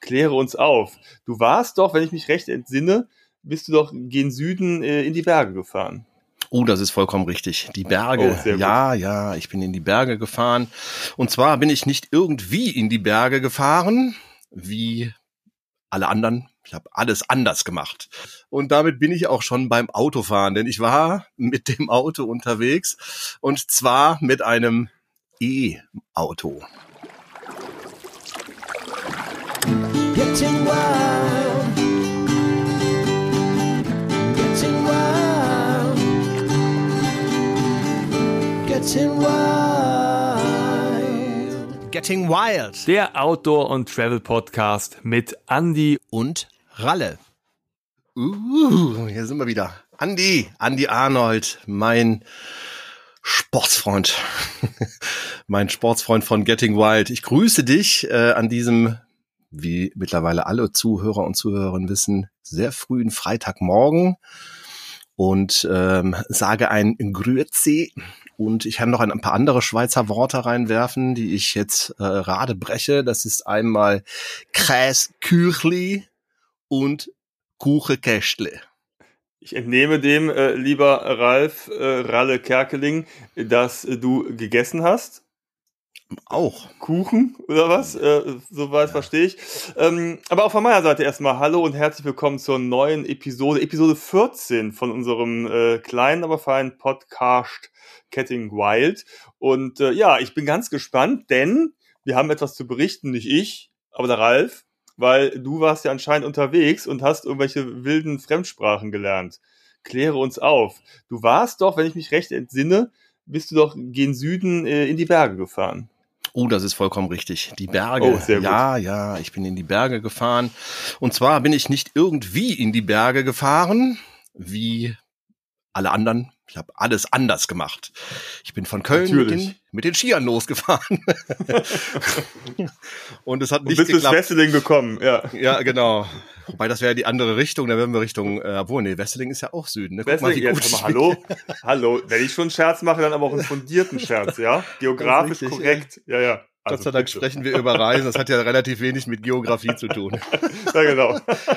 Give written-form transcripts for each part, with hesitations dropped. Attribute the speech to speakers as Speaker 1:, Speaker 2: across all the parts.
Speaker 1: Kläre uns auf. Du warst doch, wenn ich mich recht entsinne, bist du doch gen Süden in die Berge gefahren.
Speaker 2: Oh, das ist vollkommen richtig. Die Berge.
Speaker 1: Oh, sehr gut.
Speaker 2: Ja, ich bin in die Berge gefahren. Und zwar bin ich nicht irgendwie in die Berge gefahren, wie alle anderen. Ich habe alles anders gemacht. Und damit bin ich auch schon beim Autofahren, denn ich war mit dem Auto unterwegs und zwar mit einem E-Auto.
Speaker 3: Getting wild. Getting wild. Getting wild.
Speaker 2: Getting Wild.
Speaker 1: Der Outdoor- und Travel-Podcast mit Andi
Speaker 2: Und Ralle. Hier sind wir wieder. Andi Arnold, mein Sportsfreund. Mein Sportsfreund von Getting Wild. Ich grüße dich an diesem, wie mittlerweile alle Zuhörer und Zuhörerinnen wissen, sehr frühen Freitagmorgen und sage ein Grüezi. Und ich kann noch ein paar andere Schweizer Worte reinwerfen, die ich jetzt gerade breche. Das ist einmal Käsküchli und Kuchekästle.
Speaker 1: Ich entnehme dem, lieber Ralf, Ralle Kerkeling, dass du gegessen hast.
Speaker 2: Auch.
Speaker 1: Kuchen oder was? Soweit verstehe ich. Aber auch von meiner Seite erstmal hallo und herzlich willkommen zur neuen Episode 14 von unserem kleinen, aber feinen Podcast Getting Wild. Und ja, ich bin ganz gespannt, denn wir haben etwas zu berichten, nicht ich, aber der Ralf, weil du warst ja anscheinend unterwegs und hast irgendwelche wilden Fremdsprachen gelernt. Kläre uns auf. Du warst doch, wenn ich mich recht entsinne, bist du doch gen Süden in die Berge gefahren.
Speaker 2: Oh, das ist vollkommen richtig. Die Berge.
Speaker 1: Oh, sehr gut.
Speaker 2: Ja, ich bin in die Berge gefahren. Und zwar bin ich nicht irgendwie in die Berge gefahren, wie alle anderen. Ich habe alles anders gemacht. Ich bin von Köln mit den Skiern losgefahren. Und es hat nicht
Speaker 1: geklappt. Du bist bis Wesseling gekommen, ja.
Speaker 2: Ja, genau. Wobei, das wäre die andere Richtung. Da wären wir Richtung, Wesseling ist ja auch Süden. Ne?
Speaker 1: Guck mal, wie gut jetzt, hallo. Wenn ich schon einen Scherz mache, dann aber auch einen fundierten Scherz, ja? Geografisch richtig, korrekt, ja.
Speaker 2: Also, Gott sei Dank sprechen wir über Reisen. Das hat ja relativ wenig mit Geografie zu tun.
Speaker 1: Ja, genau.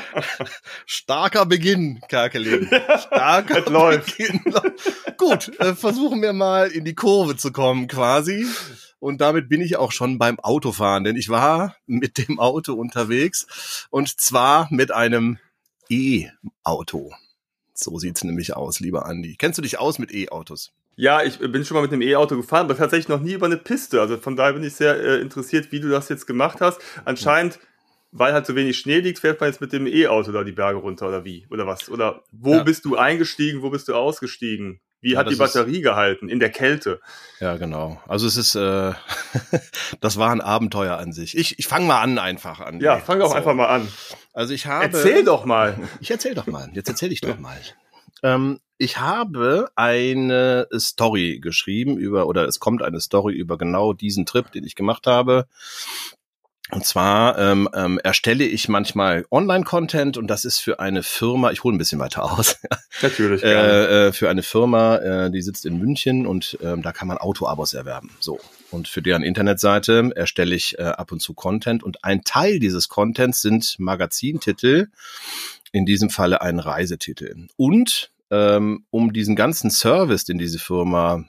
Speaker 2: Starker Beginn, Kerkeling. Starker Beginn. Gut, versuchen wir mal in die Kurve zu kommen quasi. Und damit bin ich auch schon beim Autofahren, denn ich war mit dem Auto unterwegs und zwar mit einem E-Auto. So sieht's nämlich aus, lieber Andi. Kennst du dich aus mit E-Autos?
Speaker 1: Ja, ich bin schon mal mit einem E-Auto gefahren, aber tatsächlich noch nie über eine Piste. Also von daher bin ich sehr interessiert, wie du das jetzt gemacht hast. Anscheinend, weil halt so wenig Schnee liegt, fährt man jetzt mit dem E-Auto da die Berge runter oder wie? Oder was? Oder wo bist du eingestiegen, wo bist du ausgestiegen? Wie hat die Batterie gehalten in der Kälte?
Speaker 2: Ja, genau. Also es ist, das war ein Abenteuer an sich. Ich fange mal an einfach an.
Speaker 1: Ja, fang doch einfach mal an.
Speaker 2: Also ich habe...
Speaker 1: Erzähl doch mal.
Speaker 2: Jetzt erzähle ich doch mal. Ich habe eine Story geschrieben es kommt eine Story über genau diesen Trip, den ich gemacht habe. Und zwar erstelle ich manchmal Online-Content und das ist für eine Firma, ich hole ein bisschen weiter aus.
Speaker 1: Natürlich.
Speaker 2: Für eine Firma, die sitzt in München und da kann man Auto-Abos erwerben. So. Und für deren Internetseite erstelle ich ab und zu Content und ein Teil dieses Contents sind Magazintitel, in diesem Falle ein Reisetitel. Und um diesen ganzen Service, den diese Firma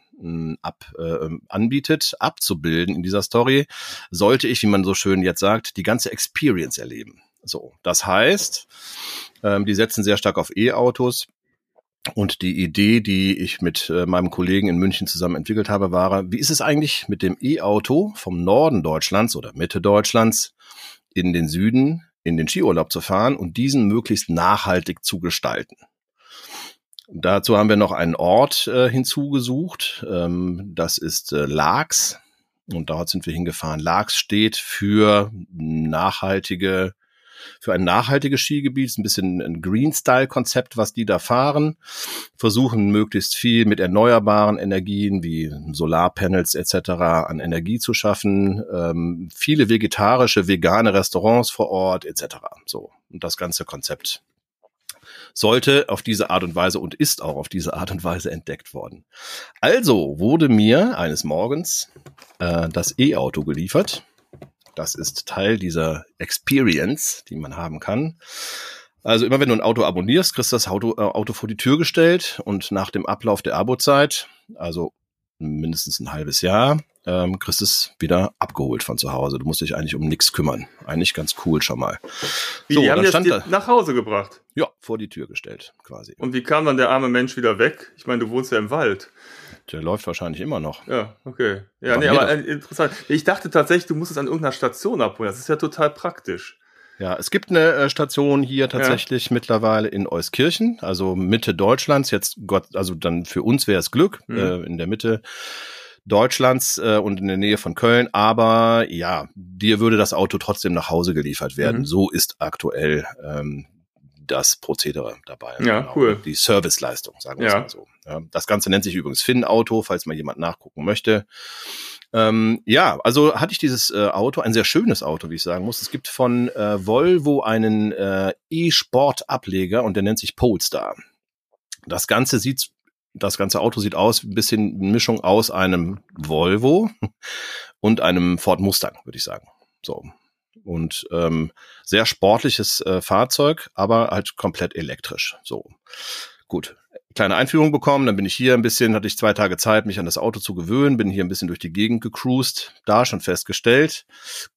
Speaker 2: anbietet, abzubilden in dieser Story, sollte ich, wie man so schön jetzt sagt, die ganze Experience erleben. So, das heißt, die setzen sehr stark auf E-Autos und die Idee, die ich mit meinem Kollegen in München zusammen entwickelt habe, war, wie ist es eigentlich mit dem E-Auto vom Norden Deutschlands oder Mitte Deutschlands in den Süden, in den Skiurlaub zu fahren und diesen möglichst nachhaltig zu gestalten. Dazu haben wir noch einen Ort hinzugesucht. Das ist Laax. Und dort sind wir hingefahren. Laax steht für ein nachhaltiges Skigebiet. Ist ein bisschen ein Green-Style-Konzept, was die da fahren. Versuchen möglichst viel mit erneuerbaren Energien wie Solarpanels etc. an Energie zu schaffen. Viele vegetarische, vegane Restaurants vor Ort etc. So. Und das ganze Konzept sollte auf diese Art und Weise und ist auch auf diese Art und Weise entdeckt worden. Also wurde mir eines Morgens das E-Auto geliefert Das ist Teil dieser Experience, die man haben kann. Also immer wenn du ein Auto abonnierst, kriegst du das Auto vor die Tür gestellt und nach dem Ablauf der Abozeit, also mindestens ein halbes Jahr, kriegst du es wieder abgeholt von zu Hause. Du musst dich eigentlich um nichts kümmern. Eigentlich ganz cool schon mal.
Speaker 1: Wie, die haben das dir nach Hause gebracht?
Speaker 2: Ja, vor die Tür gestellt quasi.
Speaker 1: Und wie kam dann der arme Mensch wieder weg? Ich meine, du wohnst ja im Wald.
Speaker 2: Der läuft wahrscheinlich immer noch.
Speaker 1: Ja, okay. Ja, nee, aber interessant. Ich dachte tatsächlich, du musst es an irgendeiner Station abholen. Das ist ja total praktisch.
Speaker 2: Ja, es gibt eine Station hier tatsächlich mittlerweile in Euskirchen, also Mitte Deutschlands. Jetzt also dann für uns wäre es Glück, in der Mitte Deutschlands und in der Nähe von Köln. Aber ja, dir würde das Auto trotzdem nach Hause geliefert werden. So ist aktuell das Prozedere dabei.
Speaker 1: Ja, genau. Cool.
Speaker 2: Die Serviceleistung, sagen wir es mal so. Ja, das Ganze nennt sich übrigens Finn-Auto, falls mal jemand nachgucken möchte. Ja, also hatte ich dieses Auto, ein sehr schönes Auto, wie ich sagen muss. Es gibt von Volvo einen E-Sport-Ableger und der nennt sich Polestar. Das ganze Auto sieht aus, ein bisschen Mischung aus einem Volvo und einem Ford Mustang, würde ich sagen. So. Und sehr sportliches Fahrzeug, aber halt komplett elektrisch. So, gut. Kleine Einführung bekommen, dann bin ich hier hatte ich 2 Tage Zeit, mich an das Auto zu gewöhnen, bin hier ein bisschen durch die Gegend gecruised, da schon festgestellt,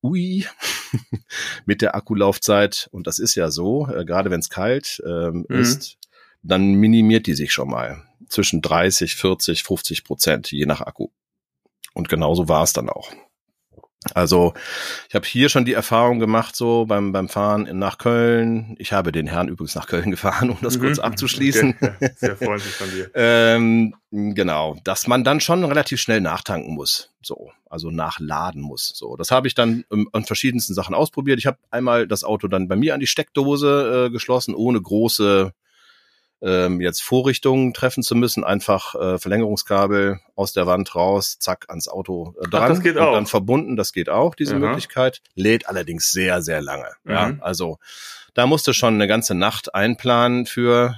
Speaker 2: mit der Akkulaufzeit, und das ist ja so, gerade wenn es kalt ist, dann minimiert die sich schon mal zwischen 30, 40, 50%, je nach Akku. Und genauso war es dann auch. Also ich habe hier schon die Erfahrung gemacht, so beim Fahren nach Köln. Ich habe den Herrn übrigens nach Köln gefahren, um das kurz abzuschließen.
Speaker 1: Okay. Sehr freundlich von dir.
Speaker 2: Genau, dass man dann schon relativ schnell nachtanken muss, so, also nachladen muss. So, das habe ich dann an verschiedensten Sachen ausprobiert. Ich habe einmal das Auto dann bei mir an die Steckdose geschlossen, ohne große jetzt Vorrichtungen treffen zu müssen, einfach Verlängerungskabel aus der Wand raus, zack, ans Auto dran.
Speaker 1: Ach, das geht
Speaker 2: und
Speaker 1: auch.
Speaker 2: Dann verbunden, das geht auch, diese Möglichkeit. Lädt allerdings sehr, sehr lange. Ja, also da musst du schon eine ganze Nacht einplanen für,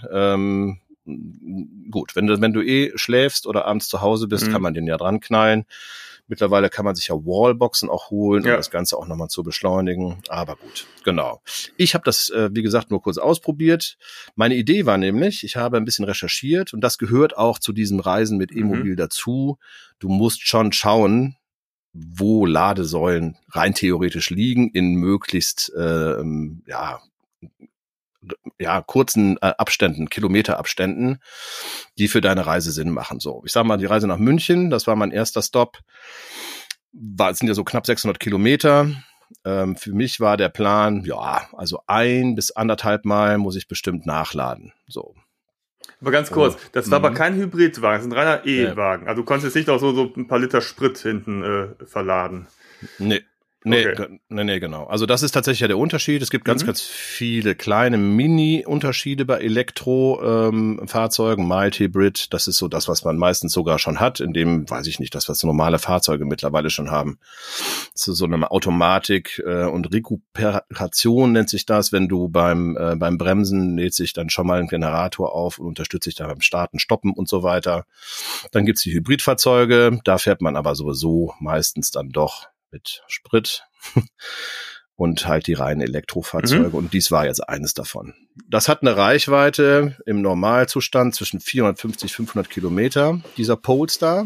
Speaker 2: gut, wenn du schläfst oder abends zu Hause bist, kann man den ja dran knallen. Mittlerweile kann man sich ja Wallboxen auch holen, um das Ganze auch nochmal zu beschleunigen. Aber gut, genau. Ich habe das, wie gesagt, nur kurz ausprobiert. Meine Idee war nämlich, ich habe ein bisschen recherchiert und das gehört auch zu diesem Reisen mit E-Mobil dazu. Du musst schon schauen, wo Ladesäulen rein theoretisch liegen, in möglichst kurzen Abständen, Kilometerabständen, die für deine Reise Sinn machen. So, ich sag mal, die Reise nach München, das war mein erster Stopp, es sind ja so knapp 600 Kilometer. Für mich war der Plan, also 1 bis 1,5 Mal muss ich bestimmt nachladen. So.
Speaker 1: Aber ganz kurz, das war aber kein Hybridwagen, das ist ein reiner E-Wagen. Also du konntest jetzt nicht auch so ein paar Liter Sprit hinten verladen.
Speaker 2: Nee, genau. Also das ist tatsächlich ja der Unterschied. Es gibt ganz viele kleine Mini-Unterschiede bei Elektrofahrzeugen, Mild Hybrid. Das ist so das, was man meistens sogar schon hat. In dem, weiß ich nicht, das, was normale Fahrzeuge mittlerweile schon haben. Zu so einer Automatik und Rekuperation nennt sich das. Wenn du beim Bremsen lädt sich dann schon mal ein Generator auf und unterstützt sich da beim Starten, Stoppen und so weiter. Dann gibt's die Hybridfahrzeuge. Da fährt man aber sowieso meistens dann doch mit Sprit und halt die reinen Elektrofahrzeuge. Und dies war jetzt eines davon. Das hat eine Reichweite im Normalzustand zwischen 450, 500 Kilometer, dieser Polestar.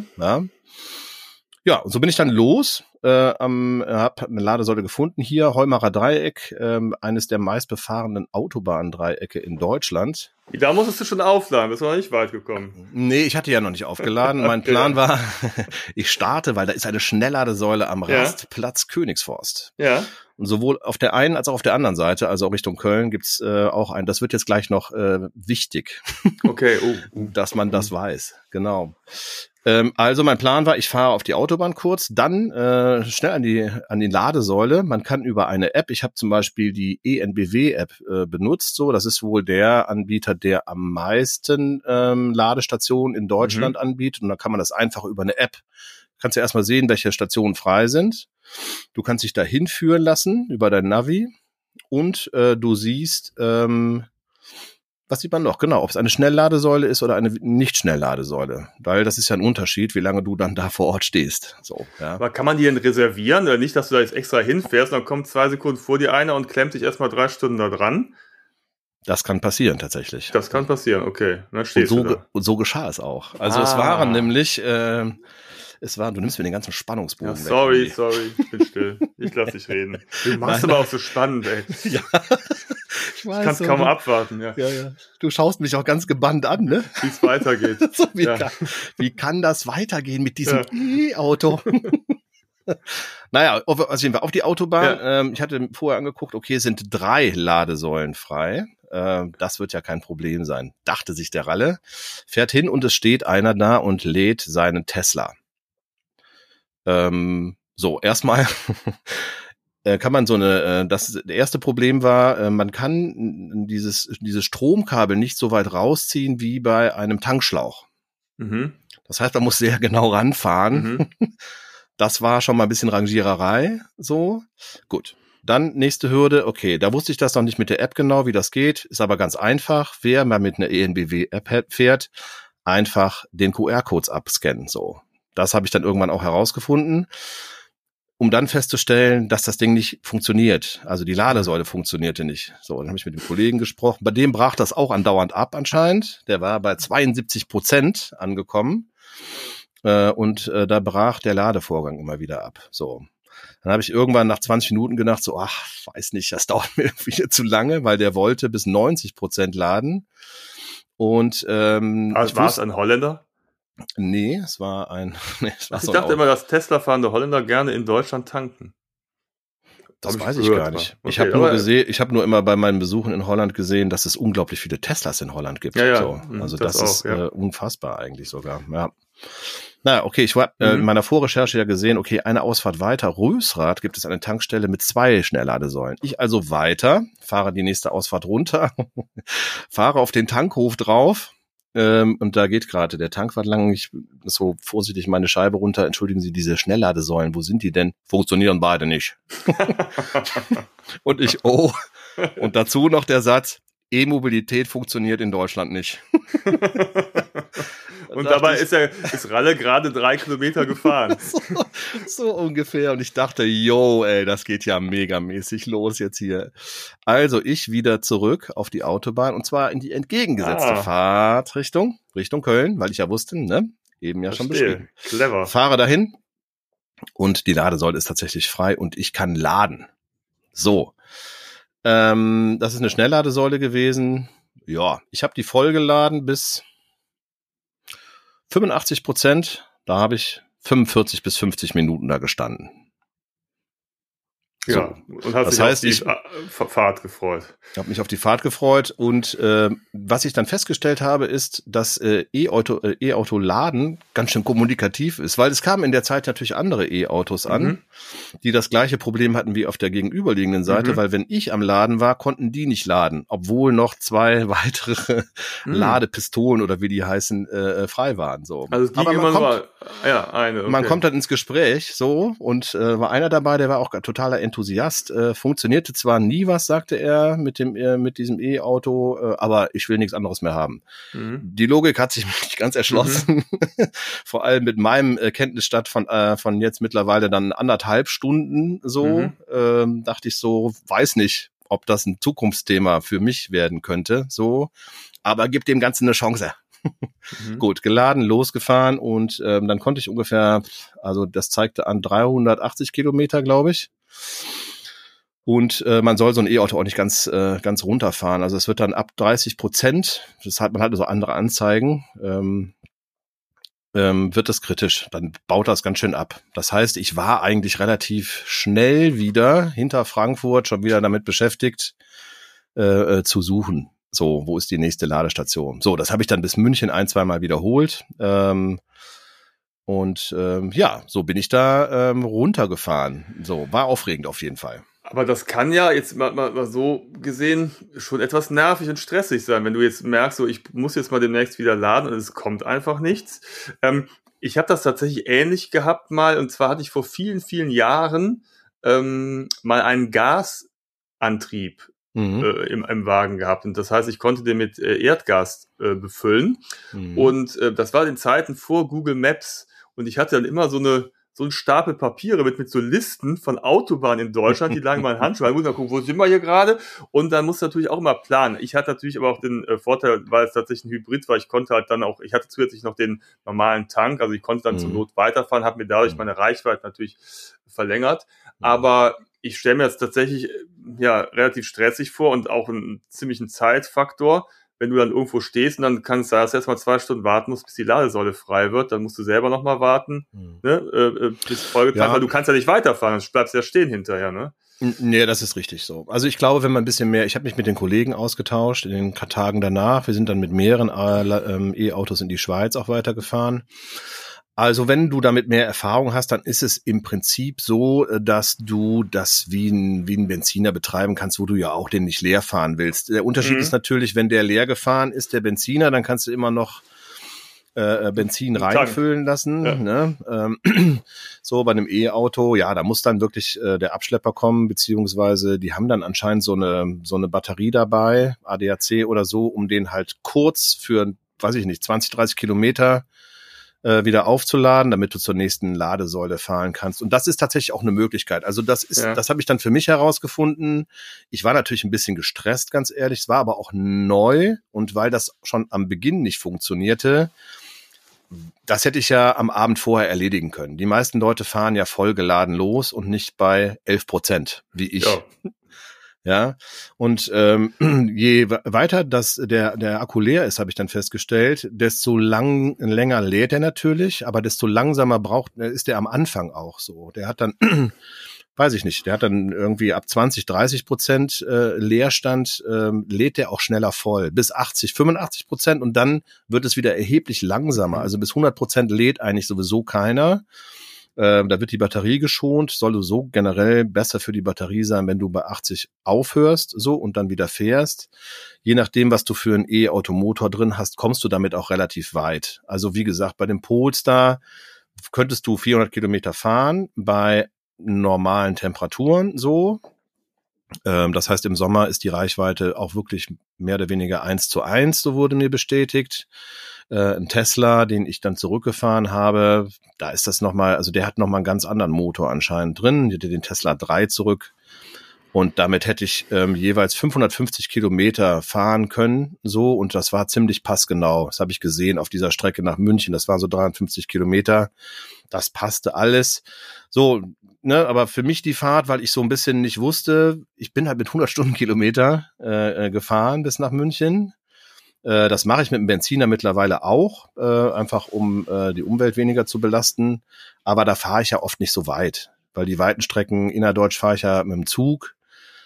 Speaker 2: Ja, und so bin ich dann los, habe eine Ladesäule gefunden hier, Heumacher Dreieck, eines der meistbefahrenen Autobahndreiecke in Deutschland.
Speaker 1: Da musstest du schon aufladen, das war noch nicht weit gekommen.
Speaker 2: Nee, ich hatte ja noch nicht aufgeladen. Mein Plan war, ich starte, weil da ist eine Schnellladesäule am Rastplatz Königsforst. Ja. Und sowohl auf der einen als auch auf der anderen Seite, also auch Richtung Köln, gibt's auch einen. Das wird jetzt gleich noch wichtig.
Speaker 1: Okay,
Speaker 2: dass man das weiß. Genau. Also mein Plan war, ich fahre auf die Autobahn kurz, dann schnell an die Ladesäule. Man kann über eine App, ich habe zum Beispiel die ENBW-App benutzt, so, das ist wohl der Anbieter, der am meisten Ladestationen in Deutschland anbietet. Und dann kann man das einfach über eine App, kannst du erstmal sehen, welche Stationen frei sind. Du kannst dich da hinführen lassen über dein Navi und du siehst, was Was sieht man noch? Genau, ob es eine Schnellladesäule ist oder eine Nicht-Schnellladesäule. Weil das ist ja ein Unterschied, wie lange du dann da vor Ort stehst. So, ja.
Speaker 1: Aber kann man die denn reservieren oder nicht, dass du da jetzt extra hinfährst und dann kommt 2 Sekunden vor dir einer und klemmt dich erstmal 3 Stunden da dran?
Speaker 2: Das kann passieren tatsächlich.
Speaker 1: Das kann passieren, okay. Dann
Speaker 2: Und
Speaker 1: stehst du da.
Speaker 2: so geschah es auch. Also es waren nämlich, du nimmst mir den ganzen Spannungsbogen
Speaker 1: Ja,
Speaker 2: weg.
Speaker 1: sorry,
Speaker 2: Andi.
Speaker 1: ich bin still. Ich lass dich reden. Du machst aber auch so spannend, ey.
Speaker 2: Ja, ich weiß.
Speaker 1: Kannst kaum abwarten, ja.
Speaker 2: Ja. Du schaust mich auch ganz gebannt an, ne?
Speaker 1: Wie es weitergeht.
Speaker 2: So,
Speaker 1: Ja.
Speaker 2: wie kann das weitergehen mit diesem E-Auto? Naja, auf jeden Fall auf die Autobahn. Ich hatte vorher angeguckt, okay, es sind 3 Ladesäulen frei. Das wird ja kein Problem sein, dachte sich der Ralle. Fährt hin und es steht einer da und lädt seinen Tesla. So, erstmal kann man das erste Problem war, man kann dieses Stromkabel nicht so weit rausziehen wie bei einem Tankschlauch.
Speaker 1: Mhm.
Speaker 2: Das heißt, man muss sehr genau ranfahren.
Speaker 1: Mhm.
Speaker 2: Das war schon mal ein bisschen Rangiererei, so. Gut. Dann nächste Hürde, okay, da wusste ich das noch nicht mit der App genau, wie das geht, ist aber ganz einfach. Wer mal mit einer ENBW-App fährt, einfach den QR-Codes abscannen, so. Das habe ich dann irgendwann auch herausgefunden, um dann festzustellen, dass das Ding nicht funktioniert. Also die Ladesäule funktionierte nicht. So, dann habe ich mit dem Kollegen gesprochen. Bei dem brach das auch andauernd ab anscheinend. Der war bei 72% angekommen. Und da brach der Ladevorgang immer wieder ab. So. Dann habe ich irgendwann nach 20 Minuten gedacht, so, weiß nicht, das dauert mir irgendwie zu lange, weil der wollte bis 90% laden. Und
Speaker 1: Also war es ein Holländer?
Speaker 2: Nee, es war ein. Es war
Speaker 1: Ich
Speaker 2: so
Speaker 1: dachte immer, dass Tesla-fahrende Holländer gerne in Deutschland tanken.
Speaker 2: Das
Speaker 1: Hab ich
Speaker 2: weiß ich
Speaker 1: gehört,
Speaker 2: gar nicht.
Speaker 1: okay,
Speaker 2: Ich habe nur gesehen, ich habe nur immer bei meinen Besuchen in Holland gesehen, dass es unglaublich viele Teslas in Holland gibt.
Speaker 1: Ja,
Speaker 2: so. Also das
Speaker 1: auch,
Speaker 2: ist
Speaker 1: ja.
Speaker 2: unfassbar eigentlich sogar. Ja. Naja, okay, ich war in meiner Vorrecherche ja gesehen, okay, eine Ausfahrt weiter, Rösrath, gibt es eine Tankstelle mit 2 Schnellladesäulen. Ich also weiter, fahre die nächste Ausfahrt runter, fahre auf den Tankhof drauf. Und da geht gerade der Tankwart lang, ich so vorsichtig meine Scheibe runter, entschuldigen Sie, diese Schnellladesäulen, wo sind die denn? Funktionieren beide nicht. Und und dazu noch der Satz, E-Mobilität funktioniert in Deutschland nicht.
Speaker 1: Und dabei ist Ralle gerade 3 Kilometer gefahren.
Speaker 2: so ungefähr. Und ich dachte, ey, das geht ja megamäßig los jetzt hier. Also ich wieder zurück auf die Autobahn und zwar in die entgegengesetzte Fahrtrichtung, Richtung Köln, weil ich ja wusste, ne, eben ja schon beschrieben.
Speaker 1: Clever.
Speaker 2: Fahre dahin und die Ladesäule ist tatsächlich frei und ich kann laden. So. Das ist eine Schnellladesäule gewesen. Ja, ich habe die vollgeladen bis 85%, da habe ich 45 bis 50 Minuten da gestanden.
Speaker 1: Ja,
Speaker 2: so.
Speaker 1: Und hast dich auf die Fahrt gefreut.
Speaker 2: Ich habe mich auf die Fahrt gefreut und was ich dann festgestellt habe, ist, dass E-Auto-Laden ganz schön kommunikativ ist, weil es kamen in der Zeit natürlich andere E-Autos an, die das gleiche Problem hatten wie auf der gegenüberliegenden Seite, weil wenn ich am Laden war, konnten die nicht laden, obwohl noch 2 weitere Ladepistolen oder wie die heißen, frei waren. So.
Speaker 1: Also es ging immer nur eine. Okay.
Speaker 2: Man kommt dann ins Gespräch so und war einer dabei, der war auch totaler Enthusiast. Funktionierte zwar nie was, sagte er, mit diesem E-Auto, aber ich will nichts anderes mehr haben. Die Logik hat sich nicht ganz erschlossen. Vor allem mit meinem Kenntnisstand von jetzt mittlerweile dann 1,5 Stunden so, dachte ich so, weiß nicht, ob das ein Zukunftsthema für mich werden könnte, so, aber gibt dem Ganzen eine Chance. Gut, geladen, losgefahren und dann konnte ich ungefähr, also das zeigte an 380 Kilometer, glaube ich. Und man soll so ein E-Auto auch nicht ganz runterfahren. Also es wird dann ab 30%, man hat so andere Anzeigen, wird das kritisch. Dann baut das ganz schön ab. Das heißt, ich war eigentlich relativ schnell wieder hinter Frankfurt schon wieder damit beschäftigt, zu suchen. So, wo ist die nächste Ladestation? So, das habe ich dann bis München 1-2 Mal wiederholt. So bin ich da runtergefahren. So, war aufregend auf jeden Fall.
Speaker 1: Aber das kann ja jetzt mal so gesehen schon etwas nervig und stressig sein, wenn du jetzt merkst, so ich muss jetzt mal demnächst wieder laden und es kommt einfach nichts. Ich habe das tatsächlich ähnlich gehabt mal, und zwar hatte ich vor vielen, vielen Jahren mal einen Gasantrieb im Wagen gehabt. Und das heißt, ich konnte den mit Erdgas befüllen. Und das war in Zeiten vor Google Maps. Und ich hatte dann immer so einen Stapel Papiere mit so Listen von Autobahnen in Deutschland, die lagen in meinen Handschuhen. Da muss man gucken, wo sind wir hier gerade? Und dann musst du natürlich auch immer planen. Ich hatte natürlich aber auch den Vorteil, weil es tatsächlich ein Hybrid war, ich hatte zusätzlich noch den normalen Tank, also ich konnte dann zur Not weiterfahren, habe mir dadurch meine Reichweite natürlich verlängert. Aber ich stelle mir jetzt tatsächlich relativ stressig vor und auch einen ziemlichen Zeitfaktor. Wenn du dann irgendwo stehst und dann kannst du erst mal 2 Stunden warten musst, bis die Ladesäule frei wird, dann musst du selber nochmal warten, bis vollgetankt, weil du kannst ja nicht weiterfahren, dann bleibst du ja stehen hinterher, ne?
Speaker 2: Nee, das ist richtig so. Also ich glaube, wenn man ein bisschen mehr, ich habe mich mit den Kollegen ausgetauscht in den Tagen danach, wir sind dann mit mehreren E-Autos in die Schweiz auch weitergefahren. Also wenn du damit mehr Erfahrung hast, dann ist es im Prinzip so, dass du das wie ein Benziner betreiben kannst, wo du ja auch den nicht leer fahren willst. Der Unterschied ist natürlich, wenn der leer gefahren ist, der Benziner, dann kannst du immer noch Benzin reinfüllen lassen. Ja. Ne? So bei einem E-Auto, ja, da muss dann wirklich der Abschlepper kommen, beziehungsweise die haben dann anscheinend so eine Batterie dabei, ADAC oder so, um den halt kurz für, weiß ich nicht, 20, 30 Kilometer wieder aufzuladen, damit du zur nächsten Ladesäule fahren kannst. Und das ist tatsächlich auch eine Möglichkeit. Also das habe ich dann für mich herausgefunden. Ich war natürlich ein bisschen gestresst, ganz ehrlich. Es war aber auch neu. Und weil das schon am Beginn nicht funktionierte, das hätte ich ja am Abend vorher erledigen können. Die meisten Leute fahren ja vollgeladen los und nicht bei 11%, wie ich. Ja. Ja, und je weiter der Akku leer ist, habe ich dann festgestellt, desto länger lädt er natürlich, aber desto langsamer ist der am Anfang auch so. Der hat dann, weiß ich nicht, der hat dann irgendwie ab 20-30% Leerstand, lädt der auch schneller voll, bis 80-85% und dann wird es wieder erheblich langsamer. Also bis 100% lädt eigentlich sowieso keiner. Da wird die Batterie geschont, soll so generell besser für die Batterie sein, wenn du bei 80 aufhörst so und dann wieder fährst. Je nachdem, was du für einen E-Automotor drin hast, kommst du damit auch relativ weit. Also wie gesagt, bei dem Polestar könntest du 400 Kilometer fahren bei normalen Temperaturen so. Das heißt, im Sommer ist die Reichweite auch wirklich mehr oder weniger 1:1, so wurde mir bestätigt. Ein Tesla, den ich dann zurückgefahren habe, da ist das nochmal, also der hat nochmal einen ganz anderen Motor anscheinend drin. Ich hatte den Tesla 3 zurück und damit hätte ich jeweils 550 Kilometer fahren können, so, und das war ziemlich passgenau. Das habe ich gesehen auf dieser Strecke nach München, das waren so 350 Kilometer. Das passte alles. So, ne, aber für mich die Fahrt, weil ich so ein bisschen nicht wusste, ich bin halt mit 100 Stundenkilometer gefahren bis nach München. Das mache ich mit dem Benziner mittlerweile auch, einfach um die Umwelt weniger zu belasten. Aber da fahre ich ja oft nicht so weit, weil die weiten Strecken innerdeutsch fahre ich ja mit dem Zug.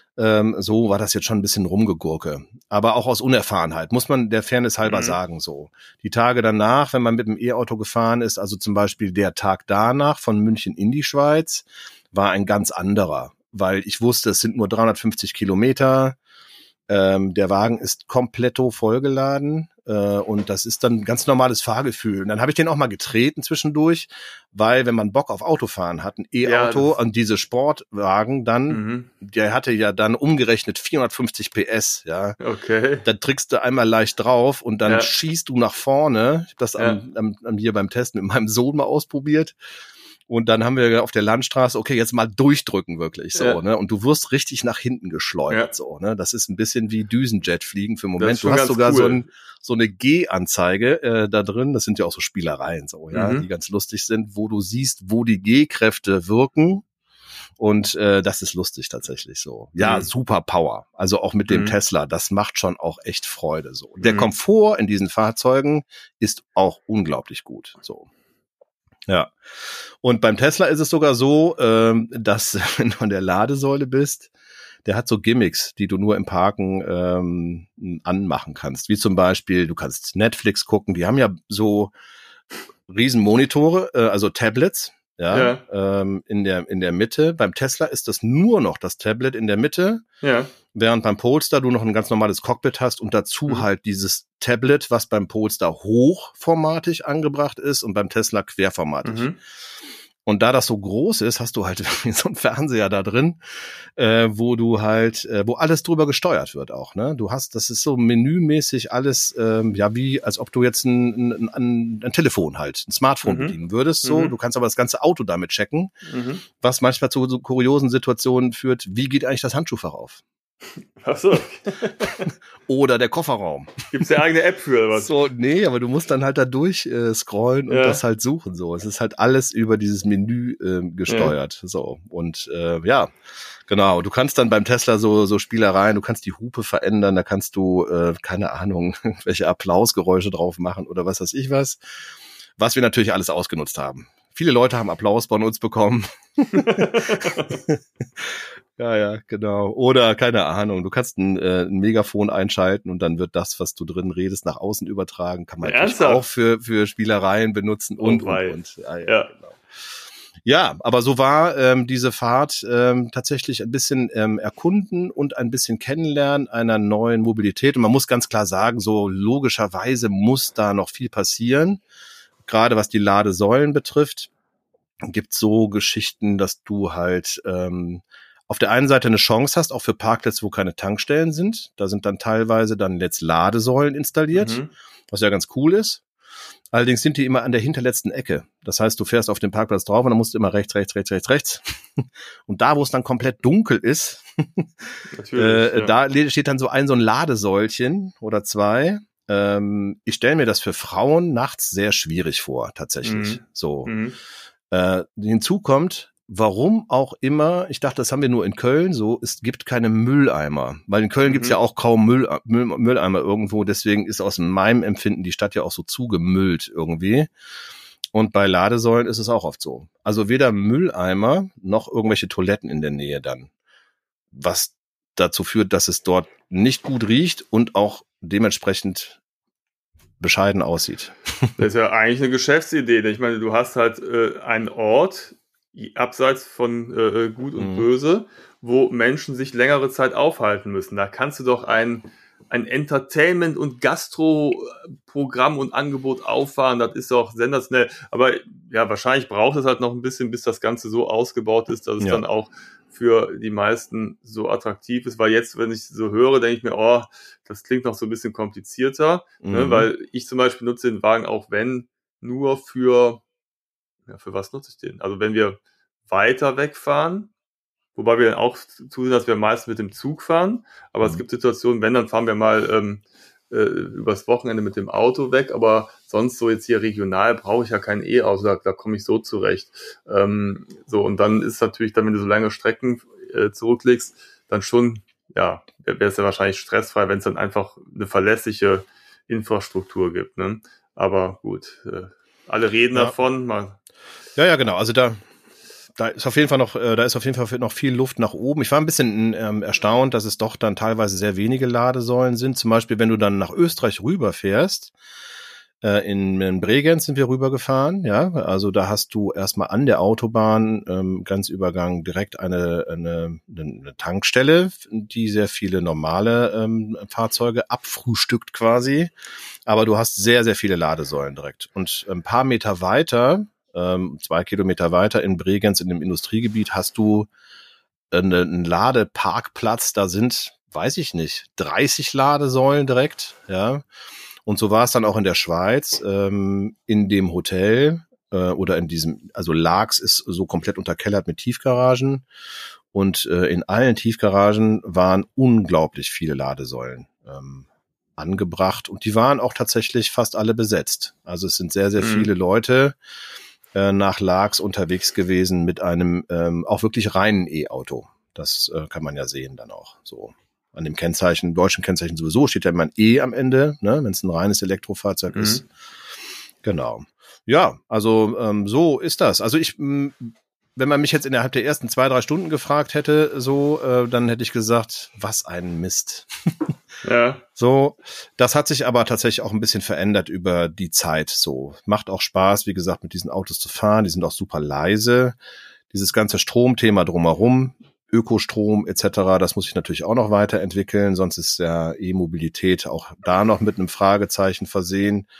Speaker 2: So war das jetzt schon ein bisschen Rumgegurke. Aber auch aus Unerfahrenheit, muss man der Fairness halber sagen. So die Tage danach, wenn man mit dem E-Auto gefahren ist, also zum Beispiel der Tag danach von München in die Schweiz, war ein ganz anderer, weil ich wusste, es sind nur 350 Kilometer. Der Wagen ist kompletto vollgeladen und das ist dann ein ganz normales Fahrgefühl. Und dann habe ich den auch mal getreten zwischendurch, weil wenn man Bock auf Autofahren hat, ein E-Auto und diese Sportwagen dann, der hatte ja dann umgerechnet 450 PS, ja. Okay. Dann trickst du einmal leicht drauf und dann schießt du nach vorne. Ich habe das hier beim Testen mit meinem Sohn mal ausprobiert. Und dann haben wir auf der Landstraße, okay, jetzt mal durchdrücken wirklich, so, ne? Und du wirst richtig nach hinten geschleudert, so, ne? Das ist ein bisschen wie Düsenjetfliegen für den Moment. Du hast sogar cool. so eine G-Anzeige da drin. Das sind ja auch so Spielereien, so, ja, die ganz lustig sind, wo du siehst, wo die G-Kräfte wirken. Und das ist lustig tatsächlich so. Ja, super Power. Also auch mit dem Tesla, das macht schon auch echt Freude, so. Der Komfort in diesen Fahrzeugen ist auch unglaublich gut, so. Ja, und beim Tesla ist es sogar so, dass wenn du an der Ladesäule bist, der hat so Gimmicks, die du nur im Parken anmachen kannst. Wie zum Beispiel, du kannst Netflix gucken, die haben ja so riesen Monitore, also Tablets, in der Mitte. Beim Tesla ist das nur noch das Tablet in der Mitte, während beim Polestar du noch ein ganz normales Cockpit hast und dazu halt dieses Tablet, was beim Polestar hochformatig angebracht ist und beim Tesla querformatig. Und da das so groß ist, hast du halt so einen Fernseher da drin, wo du halt, wo alles drüber gesteuert wird auch, ne? Das ist so menümäßig alles, wie, als ob du jetzt ein Telefon halt, ein Smartphone bedienen würdest, so. Du kannst aber das ganze Auto damit checken, was manchmal zu so kuriosen Situationen führt. Wie geht eigentlich das Handschuhfach auf?
Speaker 1: Ach so.
Speaker 2: Oder der Kofferraum.
Speaker 1: Gibt's eine eigene App für, oder was?
Speaker 2: So, nee, aber du musst dann halt da durch scrollen und das halt suchen, so. Es ist halt alles über dieses Menü gesteuert, so. Und genau. Du kannst dann beim Tesla so Spielereien, du kannst die Hupe verändern, da kannst du, keine Ahnung, welche Applausgeräusche drauf machen oder was weiß ich was wir natürlich alles ausgenutzt haben. Viele Leute haben Applaus bei uns bekommen. Ja, genau. Oder, keine Ahnung, du kannst ein Megafon einschalten und dann wird das, was du drin redest, nach außen übertragen. Kann man natürlich auch für Spielereien benutzen und. Ja. Genau. Ja, aber so war diese Fahrt tatsächlich ein bisschen erkunden und ein bisschen kennenlernen einer neuen Mobilität. Und man muss ganz klar sagen, so logischerweise muss da noch viel passieren. Gerade was die Ladesäulen betrifft, gibt so Geschichten, dass du halt auf der einen Seite eine Chance hast, auch für Parkplätze, wo keine Tankstellen sind. Da sind dann teilweise dann jetzt Ladesäulen installiert, was ja ganz cool ist. Allerdings sind die immer an der hinterletzten Ecke. Das heißt, du fährst auf den Parkplatz drauf und dann musst du immer rechts. Und da, wo es dann komplett dunkel ist, da steht dann so ein Ladesäulchen oder zwei. Ich stelle mir das für Frauen nachts sehr schwierig vor, tatsächlich. So. Hinzu kommt, warum auch immer, ich dachte, das haben wir nur in Köln so, es gibt keine Mülleimer. Weil in Köln gibt's ja auch kaum Mülleimer irgendwo, deswegen ist aus meinem Empfinden die Stadt ja auch so zugemüllt irgendwie. Und bei Ladesäulen ist es auch oft so. Also weder Mülleimer noch irgendwelche Toiletten in der Nähe dann. Was dazu führt, dass es dort nicht gut riecht und auch dementsprechend bescheiden aussieht.
Speaker 1: Das ist ja eigentlich eine Geschäftsidee. Ich meine, du hast halt einen Ort, abseits von Gut und Böse, wo Menschen sich längere Zeit aufhalten müssen. Da kannst du doch ein Entertainment- und Gastro-Programm und Angebot auffahren. Das ist doch sensationell. Aber ja, wahrscheinlich braucht es halt noch ein bisschen, bis das Ganze so ausgebaut ist, dass es dann auch für die meisten so attraktiv ist. Weil jetzt, wenn ich so höre, denke ich mir, das klingt noch so ein bisschen komplizierter. Ne? Weil ich zum Beispiel nutze den Wagen auch nur für was nutze ich den? Also wenn wir weiter wegfahren, wobei wir dann auch zusehen, dass wir meist mit dem Zug fahren, aber es gibt Situationen, dann fahren wir mal übers Wochenende mit dem Auto weg, aber sonst so jetzt hier regional brauche ich ja kein E-Auto, da komme ich so zurecht. Und dann ist natürlich, wenn du so lange Strecken zurücklegst, dann schon, wäre es ja wahrscheinlich stressfrei, wenn es dann einfach eine verlässliche Infrastruktur gibt. Ne? Aber gut, alle reden davon.
Speaker 2: Ja, genau. Also da ist auf jeden Fall noch viel Luft nach oben. Ich war ein bisschen erstaunt, dass es doch dann teilweise sehr wenige Ladesäulen sind. Zum Beispiel, wenn du dann nach Österreich rüberfährst, in Bregenz sind wir rübergefahren, ja. Also da hast du erstmal an der Autobahn Grenzübergang direkt eine Tankstelle, die sehr viele normale Fahrzeuge abfrühstückt quasi. Aber du hast sehr, sehr viele Ladesäulen direkt. Und ein paar Meter weiter, 2 Kilometer weiter in Bregenz, in dem Industriegebiet, hast du einen Ladeparkplatz. Da sind, weiß ich nicht, 30 Ladesäulen direkt, ja. Und so war es dann auch in der Schweiz, in dem Hotel oder in diesem, also Laax ist so komplett unterkellert mit Tiefgaragen. Und in allen Tiefgaragen waren unglaublich viele Ladesäulen angebracht. Und die waren auch tatsächlich fast alle besetzt. Also es sind sehr, sehr viele Leute nach Laax unterwegs gewesen mit einem auch wirklich reinen E-Auto. Das kann man ja sehen dann auch so. An dem Kennzeichen, deutschen Kennzeichen sowieso, steht ja immer ein E am Ende, ne, wenn es ein reines Elektrofahrzeug ist. Genau. Ja, also so ist das. Also wenn man mich jetzt innerhalb der ersten 2-3 Stunden gefragt hätte, dann hätte ich gesagt, was ein Mist.
Speaker 1: Ja.
Speaker 2: So, das hat sich aber tatsächlich auch ein bisschen verändert über die Zeit. So, macht auch Spaß, wie gesagt, mit diesen Autos zu fahren. Die sind auch super leise. Dieses ganze Stromthema drumherum, Ökostrom etc., das muss sich natürlich auch noch weiterentwickeln. Sonst ist ja E-Mobilität auch da noch mit einem Fragezeichen versehen.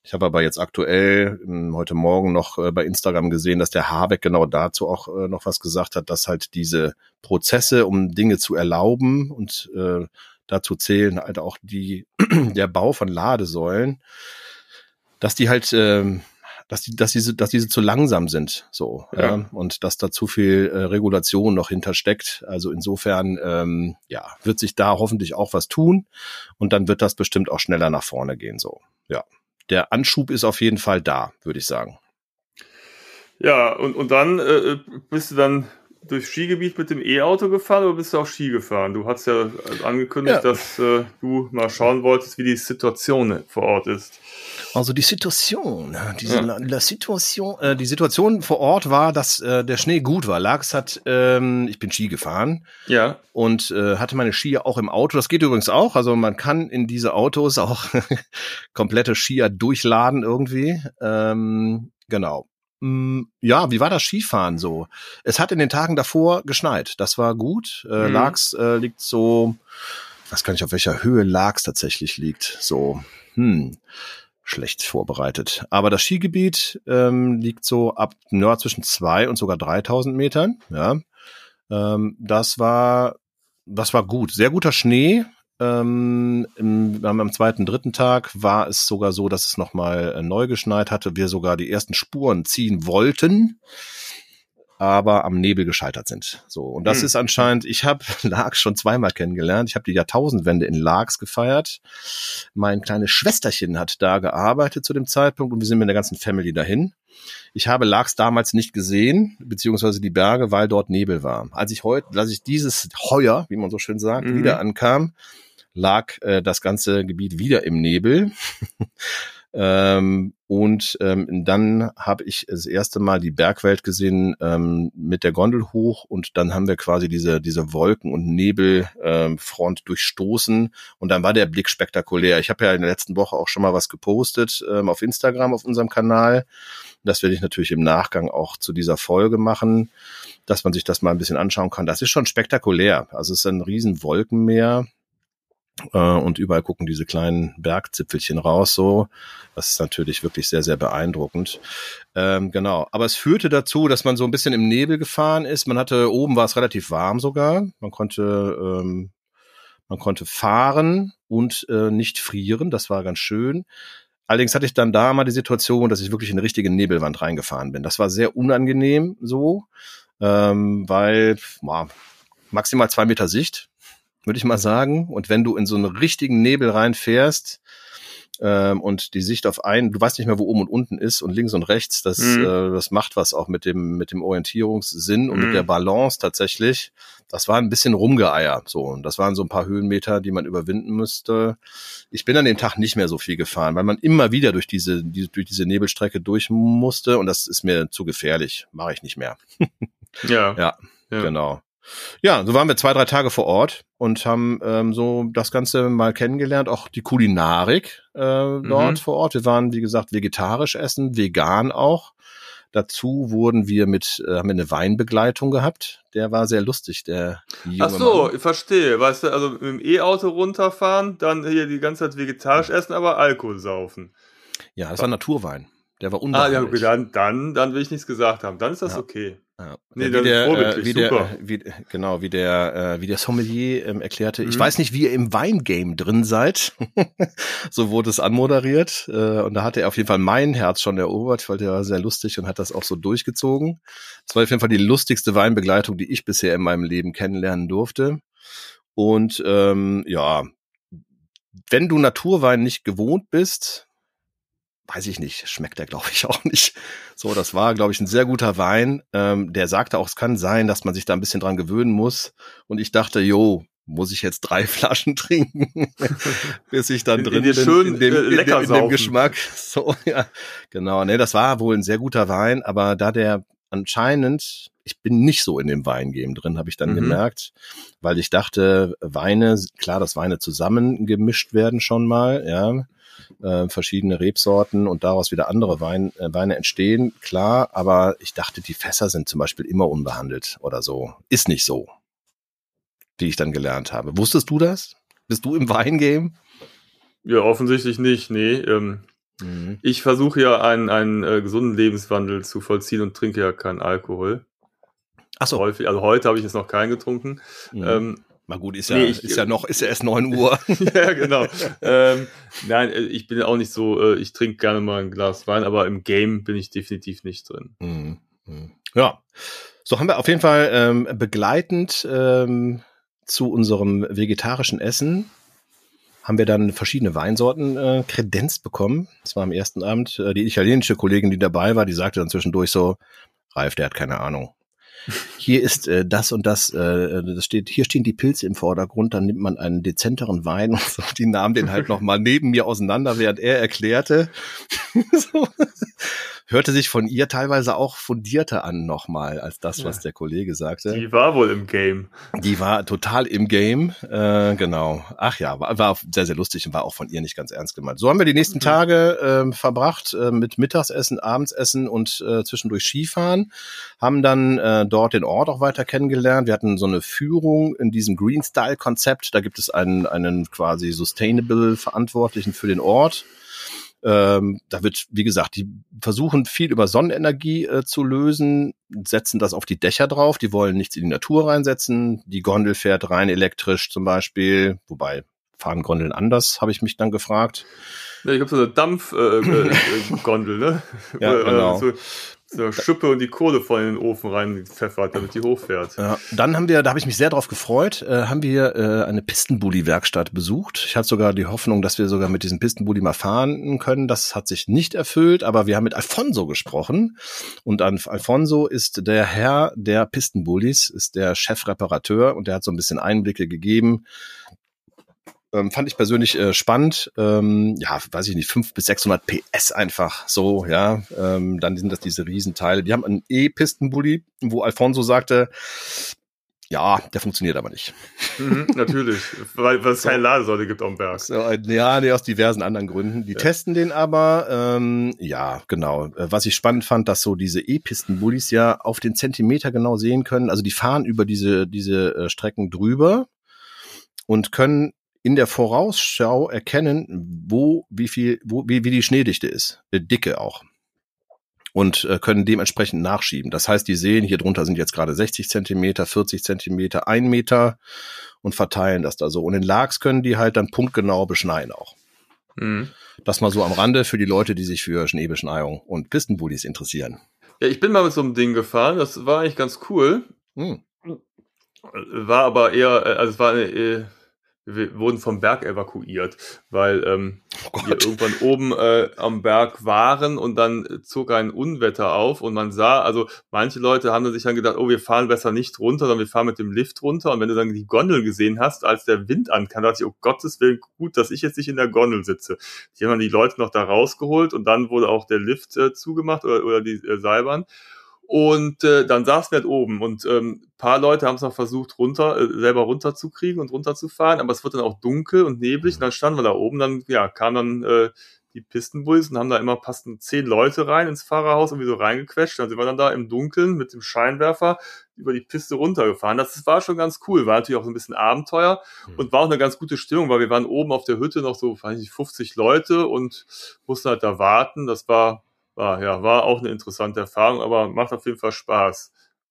Speaker 2: Ich habe aber jetzt aktuell heute Morgen noch bei Instagram gesehen, dass der Habeck genau dazu auch noch was gesagt hat, dass halt diese Prozesse, um Dinge zu erlauben und dazu zählen halt auch der Bau von Ladesäulen, dass die halt dass diese zu langsam sind, so, ja, und dass da zu viel Regulation noch hintersteckt. Also insofern, wird sich da hoffentlich auch was tun und dann wird das bestimmt auch schneller nach vorne gehen, so, ja. Der Anschub ist auf jeden Fall da, würde ich sagen.
Speaker 1: Ja, und dann bist du dann durchs Skigebiet mit dem E-Auto gefahren oder bist du auch Ski gefahren? Du hast ja angekündigt, dass du mal schauen wolltest, wie die Situation vor Ort ist.
Speaker 2: Also die Situation, die Situation vor Ort war, dass der Schnee gut war. Ich bin Ski gefahren, und hatte meine Skier auch im Auto. Das geht übrigens auch. Also man kann in diese Autos auch komplette Skier durchladen irgendwie. Genau. Ja, wie war das Skifahren so? Es hat in den Tagen davor geschneit. Das war gut. Laax liegt so, ich weiß gar nicht, auf welcher Höhe Laax tatsächlich liegt. So, schlecht vorbereitet. Aber das Skigebiet liegt so zwischen 2.000 und sogar 3.000 Metern. Ja, das war gut. Sehr guter Schnee. Am zweiten, dritten Tag war es sogar so, dass es nochmal neu geschneit hatte. Wir sogar die ersten Spuren ziehen wollten, aber am Nebel gescheitert sind. So, und das ist anscheinend, ich habe Laax schon zweimal kennengelernt. Ich habe die Jahrtausendwende in Laax gefeiert. Mein kleines Schwesterchen hat da gearbeitet zu dem Zeitpunkt und wir sind mit der ganzen Family dahin. Ich habe Laax damals nicht gesehen, beziehungsweise die Berge, weil dort Nebel war. Als ich dieses Heuer, wie man so schön sagt, wieder ankam, lag das ganze Gebiet wieder im Nebel. Dann habe ich das erste Mal die Bergwelt gesehen mit der Gondel hoch und dann haben wir quasi diese Wolken- und Nebelfront durchstoßen und dann war der Blick spektakulär. Ich habe ja in der letzten Woche auch schon mal was gepostet auf Instagram, auf unserem Kanal. Das werde ich natürlich im Nachgang auch zu dieser Folge machen, dass man sich das mal ein bisschen anschauen kann. Das ist schon spektakulär. Also es ist ein riesen Wolkenmeer. Und überall gucken diese kleinen Bergzipfelchen raus, so. Das ist natürlich wirklich sehr, sehr beeindruckend. Genau. Aber es führte dazu, dass man so ein bisschen im Nebel gefahren ist. Oben war es relativ warm sogar. Man konnte fahren und nicht frieren. Das war ganz schön. Allerdings hatte ich dann da mal die Situation, dass ich wirklich in eine richtige Nebelwand reingefahren bin. Das war sehr unangenehm so, weil maximal 2 Meter Sicht, würde ich mal sagen. Und wenn du in so einen richtigen Nebel reinfährst und die Sicht du weißt nicht mehr, wo oben und unten ist und links und rechts, das macht was auch mit dem Orientierungssinn und mit der Balance tatsächlich. Das war ein bisschen Rumgeeier. So, und das waren so ein paar Höhenmeter, die man überwinden müsste. Ich bin an dem Tag nicht mehr so viel gefahren, weil man immer wieder durch diese Nebelstrecke durch musste und das ist mir zu gefährlich. Mache ich nicht mehr. Ja, genau. Ja, so waren wir 2-3 Tage vor Ort und haben so das Ganze mal kennengelernt, auch die Kulinarik dort vor Ort. Wir waren, wie gesagt, vegetarisch essen, vegan auch. Dazu haben wir eine Weinbegleitung gehabt. Der war sehr lustig, der junge
Speaker 1: Ach so,
Speaker 2: Mann.
Speaker 1: ich verstehe. Weißt du, also mit dem E-Auto runterfahren, dann hier die ganze Zeit vegetarisch essen, aber Alkohol saufen.
Speaker 2: Ja, das war Naturwein. Der war
Speaker 1: Ah, ja,
Speaker 2: unbehandelt.
Speaker 1: okay, dann will ich nichts gesagt haben. Dann ist das okay.
Speaker 2: Ja.
Speaker 1: Nee, das ist vorbildlich, super.
Speaker 2: Wie der Sommelier erklärte, ich weiß nicht, wie ihr im Weingame drin seid. So wurde es anmoderiert. Und da hatte er auf jeden Fall mein Herz schon erobert, weil der war sehr lustig und hat das auch so durchgezogen. Das war auf jeden Fall die lustigste Weinbegleitung, die ich bisher in meinem Leben kennenlernen durfte. Und wenn du Naturwein nicht gewohnt bist, weiß ich nicht, schmeckt der, glaube ich, auch nicht. So, das war, glaube ich, ein sehr guter Wein. Der sagte auch, es kann sein, dass man sich da ein bisschen dran gewöhnen muss. Und ich dachte, muss ich jetzt 3 Flaschen trinken, bis ich dann drin bin in dem Geschmack. So, ja, genau. Nee, das war wohl ein sehr guter Wein, aber da der anscheinend, ich bin nicht so in dem Weingame drin, habe ich dann gemerkt, weil ich dachte, dass Weine zusammen gemischt werden schon mal, ja. Verschiedene Rebsorten und daraus wieder andere Weine entstehen, klar, aber ich dachte, die Fässer sind zum Beispiel immer unbehandelt oder so. Ist nicht so, wie ich dann gelernt habe. Wusstest du das? Bist du im Weingame?
Speaker 1: Ja, offensichtlich nicht, nee. Ich versuche ja einen gesunden Lebenswandel zu vollziehen und trinke ja keinen Alkohol.
Speaker 2: Ach so.
Speaker 1: Häufig. Also heute habe ich jetzt noch keinen getrunken.
Speaker 2: Na gut, ist
Speaker 1: nee,
Speaker 2: ja erst 9 Uhr.
Speaker 1: Ja, genau. Nein, ich bin auch nicht so, ich trinke gerne mal ein Glas Wein, aber im Game bin ich definitiv nicht drin.
Speaker 2: Ja, so haben wir auf jeden Fall begleitend zu unserem vegetarischen Essen haben wir dann verschiedene Weinsorten kredenzt bekommen. Das war am ersten Abend. Die italienische Kollegin, die dabei war, die sagte dann zwischendurch so, Ralf, der hat keine Ahnung. Hier ist das und das, hier stehen die Pilze im Vordergrund, dann nimmt man einen dezenteren Wein und so. Die nahmen den halt nochmal neben mir auseinander, während er erklärte. So. Hörte sich von ihr teilweise auch fundierter an nochmal, als das, was der Kollege sagte.
Speaker 1: Die war wohl im Game.
Speaker 2: Die war total im Game, genau. Ach ja, war sehr, sehr lustig und war auch von ihr nicht ganz ernst gemeint. So haben wir die nächsten Tage verbracht mit Mittagsessen, Abendsessen und zwischendurch Skifahren. Haben dann dort den Ort auch weiter kennengelernt. Wir hatten so eine Führung in diesem Green-Style-Konzept. Da gibt es einen quasi Sustainable Verantwortlichen für den Ort. Da wird, wie gesagt, die versuchen viel über Sonnenenergie zu lösen, setzen das auf die Dächer drauf, die wollen nichts in die Natur reinsetzen, die Gondel fährt rein elektrisch zum Beispiel, wobei fahren Gondeln anders, habe ich mich dann gefragt.
Speaker 1: Ja, ich glaube so eine Dampfgondel, ne?
Speaker 2: Ja, genau.
Speaker 1: So Schippe und die Kohle voll in den Ofen reinpfeffert, damit die hochfährt.
Speaker 2: Ja, dann haben wir, da habe ich mich sehr drauf gefreut, haben wir eine Pistenbully-Werkstatt besucht. Ich hatte sogar die Hoffnung, dass wir sogar mit diesem Pistenbully mal fahren können. Das hat sich nicht erfüllt, aber wir haben mit Alfonso gesprochen. Und Alfonso ist der Herr der Pistenbullies, ist der Chefreparateur und der hat so ein bisschen Einblicke gegeben. Fand ich persönlich spannend. Ja, weiß ich nicht, 500 bis 600 PS einfach so, ja. Dann sind das diese Riesenteile. Die haben einen E-Pistenbully, wo Alfonso sagte, ja, der funktioniert aber nicht.
Speaker 1: Natürlich, weil es keine Ladesäule gibt am Berg.
Speaker 2: So, ja, nee, aus diversen anderen Gründen. Die testen den aber, ja, genau. Was ich spannend fand, dass so diese E-Pistenbullies ja auf den Zentimeter genau sehen können. Also die fahren über diese Strecken drüber und können in der Vorausschau erkennen, wie die Schneedichte ist, Dicke auch. Und können dementsprechend nachschieben. Das heißt, die sehen, hier drunter sind jetzt gerade 60 Zentimeter, 40 Zentimeter, 1 Meter und verteilen das da so. Und in Laax können die halt dann punktgenau beschneien auch. Das mal so am Rande für die Leute, die sich für Schneebeschneiung und Pistenbullies interessieren.
Speaker 1: Ja, ich bin mal mit so einem Ding gefahren, das war eigentlich ganz cool. War aber eher, also es war wir wurden vom Berg evakuiert, weil wir irgendwann oben am Berg waren und dann zog ein Unwetter auf und man sah, also manche Leute haben sich dann gedacht, oh, wir fahren besser nicht runter, sondern wir fahren mit dem Lift runter und wenn du dann die Gondel gesehen hast, als der Wind ankam, dachte ich, oh Gottes Willen, gut, dass ich jetzt nicht in der Gondel sitze. Die haben dann die Leute noch da rausgeholt und dann wurde auch der Lift zugemacht oder die Seilbahn. Und dann saßen wir halt oben und paar Leute haben es noch versucht, selber runterzukriegen und runterzufahren, aber es wird dann auch dunkel und neblig und dann standen wir da oben, dann kamen dann die Pistenbullies und haben da immer passten 10 Leute rein ins Fahrerhaus und so reingequetscht, dann sind wir dann da im Dunkeln mit dem Scheinwerfer über die Piste runtergefahren. Das war schon ganz cool, war natürlich auch so ein bisschen Abenteuer und war auch eine ganz gute Stimmung, weil wir waren oben auf der Hütte noch so, weiß nicht, 50 Leute und mussten halt da warten, das war auch eine interessante Erfahrung, aber macht auf jeden Fall Spaß.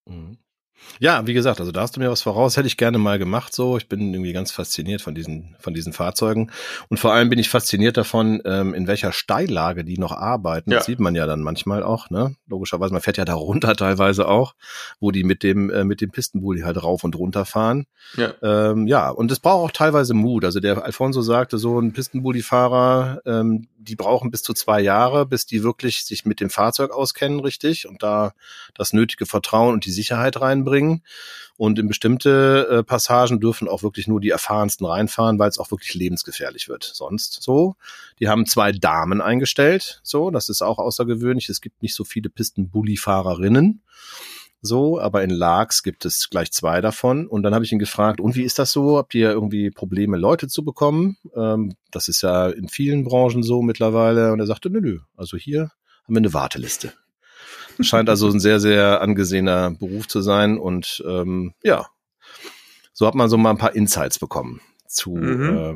Speaker 2: Ja, wie gesagt, also da hast du mir was voraus, hätte ich gerne mal gemacht so. Ich bin irgendwie ganz fasziniert von diesen Fahrzeugen und vor allem bin ich fasziniert davon, in welcher Steillage die noch arbeiten. Ja. Das sieht man ja dann manchmal auch, ne? Logischerweise, man fährt ja da runter teilweise auch, wo die mit dem Pistenbully halt rauf und runter fahren. Ja, ja, und es braucht auch teilweise Mut. Also der Alfonso sagte, so ein Pistenbully-Fahrer, die brauchen bis zu 2 Jahre, bis die wirklich sich mit dem Fahrzeug auskennen, richtig, und da das nötige Vertrauen und die Sicherheit reinbringen. Und in bestimmte Passagen dürfen auch wirklich nur die Erfahrensten reinfahren, weil es auch wirklich lebensgefährlich wird. Sonst so. Die haben 2 Damen eingestellt, so, das ist auch außergewöhnlich. Es gibt nicht so viele Pistenbully-Fahrerinnen. So, aber in Laax gibt es gleich 2 davon. Und dann habe ich ihn gefragt, und wie ist das so? Habt ihr irgendwie Probleme, Leute zu bekommen? Das ist ja in vielen Branchen so mittlerweile. Und er sagte, nö, also hier haben wir eine Warteliste. Scheint also ein sehr, sehr angesehener Beruf zu sein. Und ja, so hat man so mal ein paar Insights bekommen zu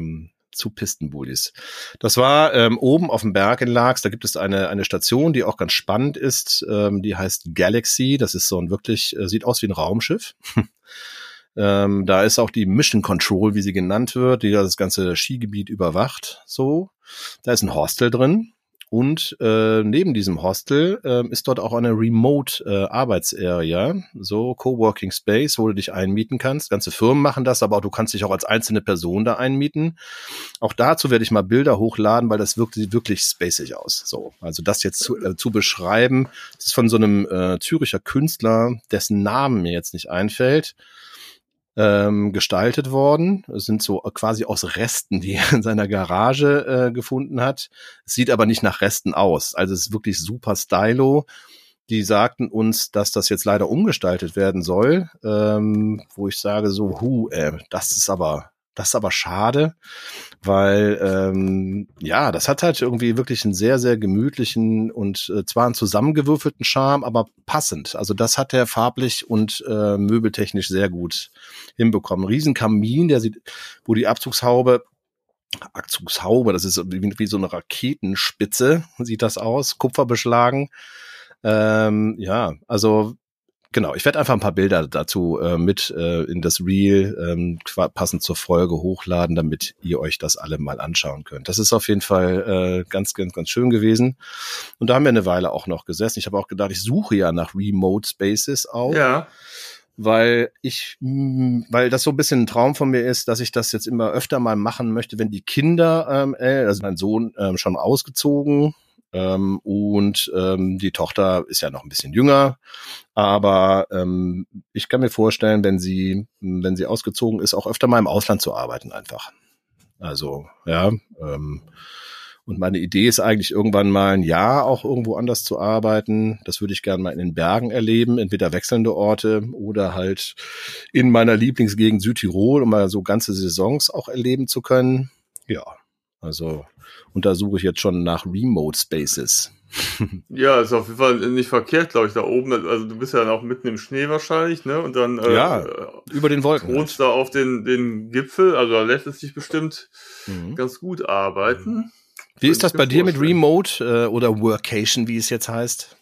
Speaker 2: zu Pistenbullies. Das war oben auf dem Berg in Laax. Da gibt es eine Station, die auch ganz spannend ist. Die heißt Galaxy. Das ist so ein wirklich, sieht aus wie ein Raumschiff. Da ist auch die Mission Control, wie sie genannt wird, die das ganze Skigebiet überwacht. So, da ist ein Hostel drin. Und neben diesem Hostel ist dort auch eine Remote Arbeitsarea, so Coworking Space, wo du dich einmieten kannst. Ganze Firmen machen das, aber auch du kannst dich auch als einzelne Person da einmieten. Auch dazu werde ich mal Bilder hochladen, weil das sieht wirklich spacig aus. So, also das jetzt zu beschreiben, das ist von so einem Züricher Künstler, dessen Namen mir jetzt nicht einfällt, gestaltet worden. Es sind so quasi aus Resten, die er in seiner Garage gefunden hat. Es sieht aber nicht nach Resten aus. Also es ist wirklich super stylo. Die sagten uns, dass das jetzt leider umgestaltet werden soll, wo ich sage so, das ist aber schade, weil ja, das hat halt irgendwie wirklich einen sehr, sehr gemütlichen und zwar einen zusammengewürfelten Charme, aber passend. Also das hat er farblich und möbeltechnisch sehr gut hinbekommen. Riesenkamin, der sieht, wo die Abzugshaube, das ist wie so eine Raketenspitze, sieht das aus, kupferbeschlagen. Ja, also genau, ich werde einfach ein paar Bilder dazu mit in das Reel passend zur Folge hochladen, damit ihr euch das alle mal anschauen könnt. Das ist auf jeden Fall ganz, ganz, ganz schön gewesen. Und da haben wir eine Weile auch noch gesessen. Ich habe auch gedacht, ich suche ja nach Remote Spaces auch.
Speaker 1: Ja.
Speaker 2: Weil das so ein bisschen ein Traum von mir ist, dass ich das jetzt immer öfter mal machen möchte, wenn die Kinder, also mein Sohn schon ausgezogen, und die Tochter ist ja noch ein bisschen jünger, aber ich kann mir vorstellen, wenn sie ausgezogen ist, auch öfter mal im Ausland zu arbeiten einfach. Also ja, und meine Idee ist eigentlich irgendwann mal ein Jahr auch irgendwo anders zu arbeiten. Das würde ich gerne mal in den Bergen erleben, entweder wechselnde Orte oder halt in meiner Lieblingsgegend Südtirol, um mal so ganze Saisons auch erleben zu können. Ja, also und da suche ich jetzt schon nach Remote Spaces.
Speaker 1: Ja, ist auf jeden Fall nicht verkehrt, glaube ich, da oben. Also du bist ja dann auch mitten im Schnee wahrscheinlich, ne? Und dann
Speaker 2: über den Wolken.
Speaker 1: Wohnst da auf den Gipfel, also da lässt es sich bestimmt ganz gut arbeiten.
Speaker 2: Wie ist das bei dir mit Remote oder Workation, wie es jetzt heißt?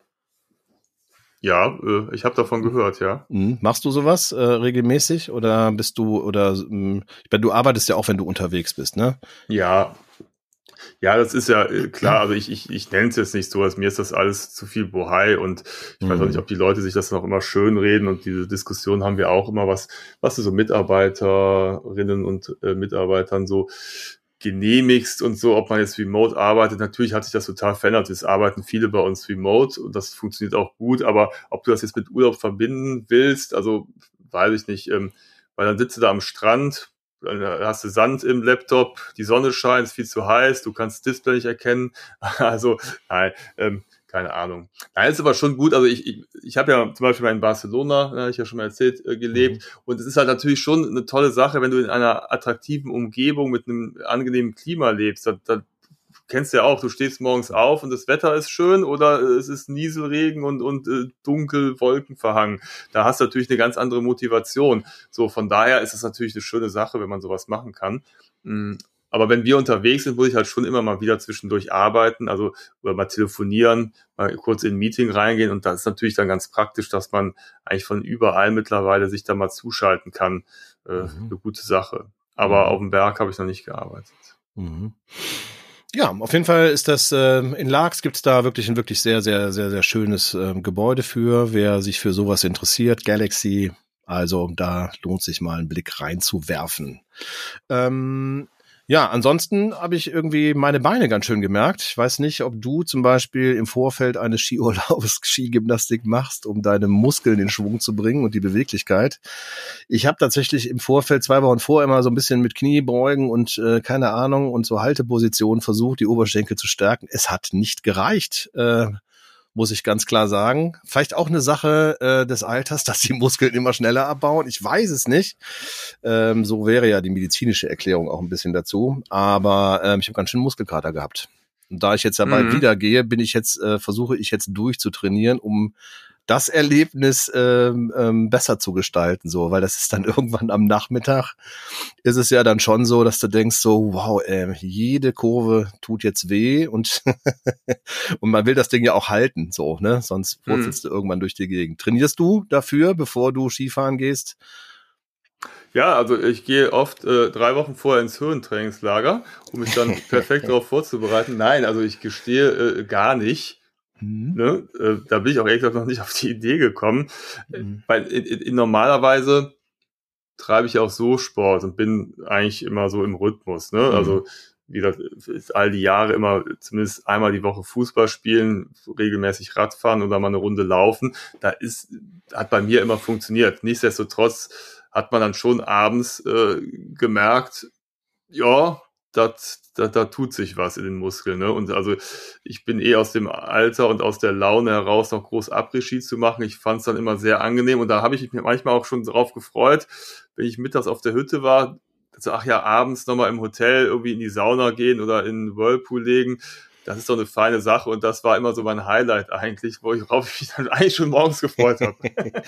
Speaker 1: Ja, ich habe davon gehört, ja.
Speaker 2: Machst du sowas regelmäßig oder bist du ich meine, du arbeitest ja auch, wenn du unterwegs bist, ne?
Speaker 1: Ja, das ist ja klar. Also ich nenne es jetzt nicht so, als mir ist das alles zu viel Bohai und ich weiß auch nicht, ob die Leute sich das noch immer schön reden und diese Diskussion haben wir auch immer, was du so Mitarbeiterinnen und Mitarbeitern so genehmigst und so, ob man jetzt remote arbeitet. Natürlich hat sich das total verändert. Es arbeiten viele bei uns remote und das funktioniert auch gut, aber ob du das jetzt mit Urlaub verbinden willst, also weiß ich nicht, weil dann sitzt du da am Strand, dann hast du Sand im Laptop, die Sonne scheint, ist viel zu heiß, du kannst das Display nicht erkennen. Also, nein, keine Ahnung. Nein, ist aber schon gut. Also ich habe ja zum Beispiel mal in Barcelona, habe ich ja schon mal erzählt, gelebt. Und es ist halt natürlich schon eine tolle Sache, wenn du in einer attraktiven Umgebung mit einem angenehmen Klima lebst. Da kennst du ja auch, du stehst morgens auf und das Wetter ist schön oder es ist Nieselregen und dunkel, wolkenverhangen. Da hast du natürlich eine ganz andere Motivation. So, von daher ist es natürlich eine schöne Sache, wenn man sowas machen kann. Aber wenn wir unterwegs sind, muss ich halt schon immer mal wieder zwischendurch arbeiten, also oder mal telefonieren, mal kurz in ein Meeting reingehen und das ist natürlich dann ganz praktisch, dass man eigentlich von überall mittlerweile sich da mal zuschalten kann. Eine gute Sache. Aber auf dem Berg habe ich noch nicht gearbeitet.
Speaker 2: Ja, auf jeden Fall ist das, in Laax gibt's da wirklich ein wirklich sehr, sehr, sehr, sehr schönes Gebäude für, wer sich für sowas interessiert, Galaxy, also da lohnt sich mal einen Blick reinzuwerfen. Ja, ansonsten habe ich irgendwie meine Beine ganz schön gemerkt. Ich weiß nicht, ob du zum Beispiel im Vorfeld eines Skiurlaubs Skigymnastik machst, um deine Muskeln in Schwung zu bringen und die Beweglichkeit. Ich habe tatsächlich im Vorfeld 2 Wochen vorher immer so ein bisschen mit Kniebeugen und keine Ahnung und so Haltepositionen versucht, die Oberschenkel zu stärken. Es hat nicht gereicht. Muss ich ganz klar sagen. Vielleicht auch eine Sache des Alters, dass die Muskeln immer schneller abbauen. Ich weiß es nicht. So wäre ja die medizinische Erklärung auch ein bisschen dazu. Aber ich habe ganz schön Muskelkater gehabt. Und da ich jetzt ja bald wieder gehe, versuche ich jetzt durchzutrainieren, um das Erlebnis besser zu gestalten, so, weil das ist dann irgendwann am Nachmittag, ist es ja dann schon so, dass du denkst so, wow, jede Kurve tut jetzt weh und und man will das Ding ja auch halten, so, ne, sonst wurzelst du irgendwann durch die Gegend. Trainierst du dafür, bevor du Skifahren gehst?
Speaker 1: Ja, also ich gehe oft 3 Wochen vorher ins Höhentrainingslager, um mich dann perfekt darauf vorzubereiten. Nein, also ich gestehe gar nicht. Ne? Da bin ich auch ehrlich gesagt noch nicht auf die Idee gekommen. Weil normalerweise treibe ich auch so Sport und bin eigentlich immer so im Rhythmus. Ne? Also wie gesagt, all die Jahre immer zumindest einmal die Woche Fußball spielen, regelmäßig Radfahren oder mal eine Runde laufen. Hat bei mir immer funktioniert. Nichtsdestotrotz hat man dann schon abends gemerkt, ja, da tut sich was in den Muskeln. Ne? Und also ich bin aus dem Alter und aus der Laune heraus noch groß Après-Ski zu machen. Ich fand es dann immer sehr angenehm und da habe ich mich manchmal auch schon drauf gefreut, wenn ich mittags auf der Hütte war, also ach ja, abends nochmal im Hotel irgendwie in die Sauna gehen oder in den Whirlpool legen. Das ist doch eine feine Sache und das war immer so mein Highlight eigentlich, worauf ich mich dann eigentlich schon morgens gefreut habe.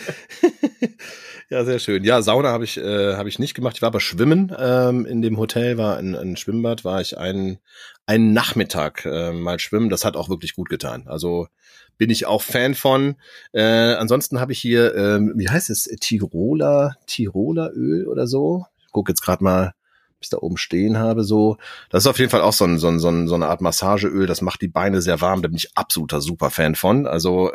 Speaker 2: Ja, sehr schön. Ja, Sauna habe ich nicht gemacht. Ich war aber schwimmen in dem Hotel, war ein Schwimmbad, war ich einen Nachmittag mal schwimmen. Das hat auch wirklich gut getan. Also bin ich auch Fan von. Ansonsten habe ich hier, wie heißt es, Tiroler Öl oder so. Ich gucke jetzt gerade mal, ob ich da oben stehen habe, so. Das ist auf jeden Fall auch so eine Art Massageöl, das macht die Beine sehr warm, da bin ich absoluter Super-Fan von. Also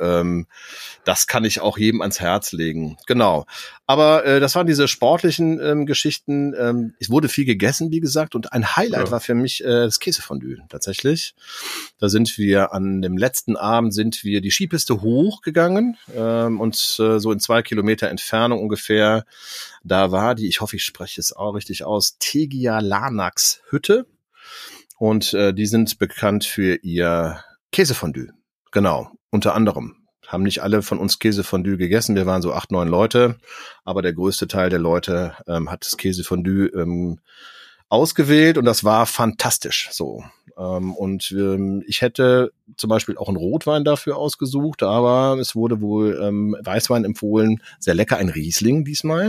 Speaker 2: das kann ich auch jedem ans Herz legen. Genau. Aber das waren diese sportlichen Geschichten. Es wurde viel gegessen, wie gesagt, und ein Highlight war für mich das Käsefondue tatsächlich. Da sind wir an dem letzten Abend die Skipiste hochgegangen und so in 2 Kilometer Entfernung ungefähr. Da war ich hoffe, ich spreche es auch richtig aus, Tegia Lanax Hütte. Und die sind bekannt für ihr Käsefondue. Genau, unter anderem. Haben nicht alle von uns Käsefondue gegessen. Wir waren so 8, 9 Leute. Aber der größte Teil der Leute hat das Käsefondue ausgewählt und das war fantastisch. So. Und ich hätte zum Beispiel auch einen Rotwein dafür ausgesucht, aber es wurde wohl Weißwein empfohlen. Sehr lecker, ein Riesling diesmal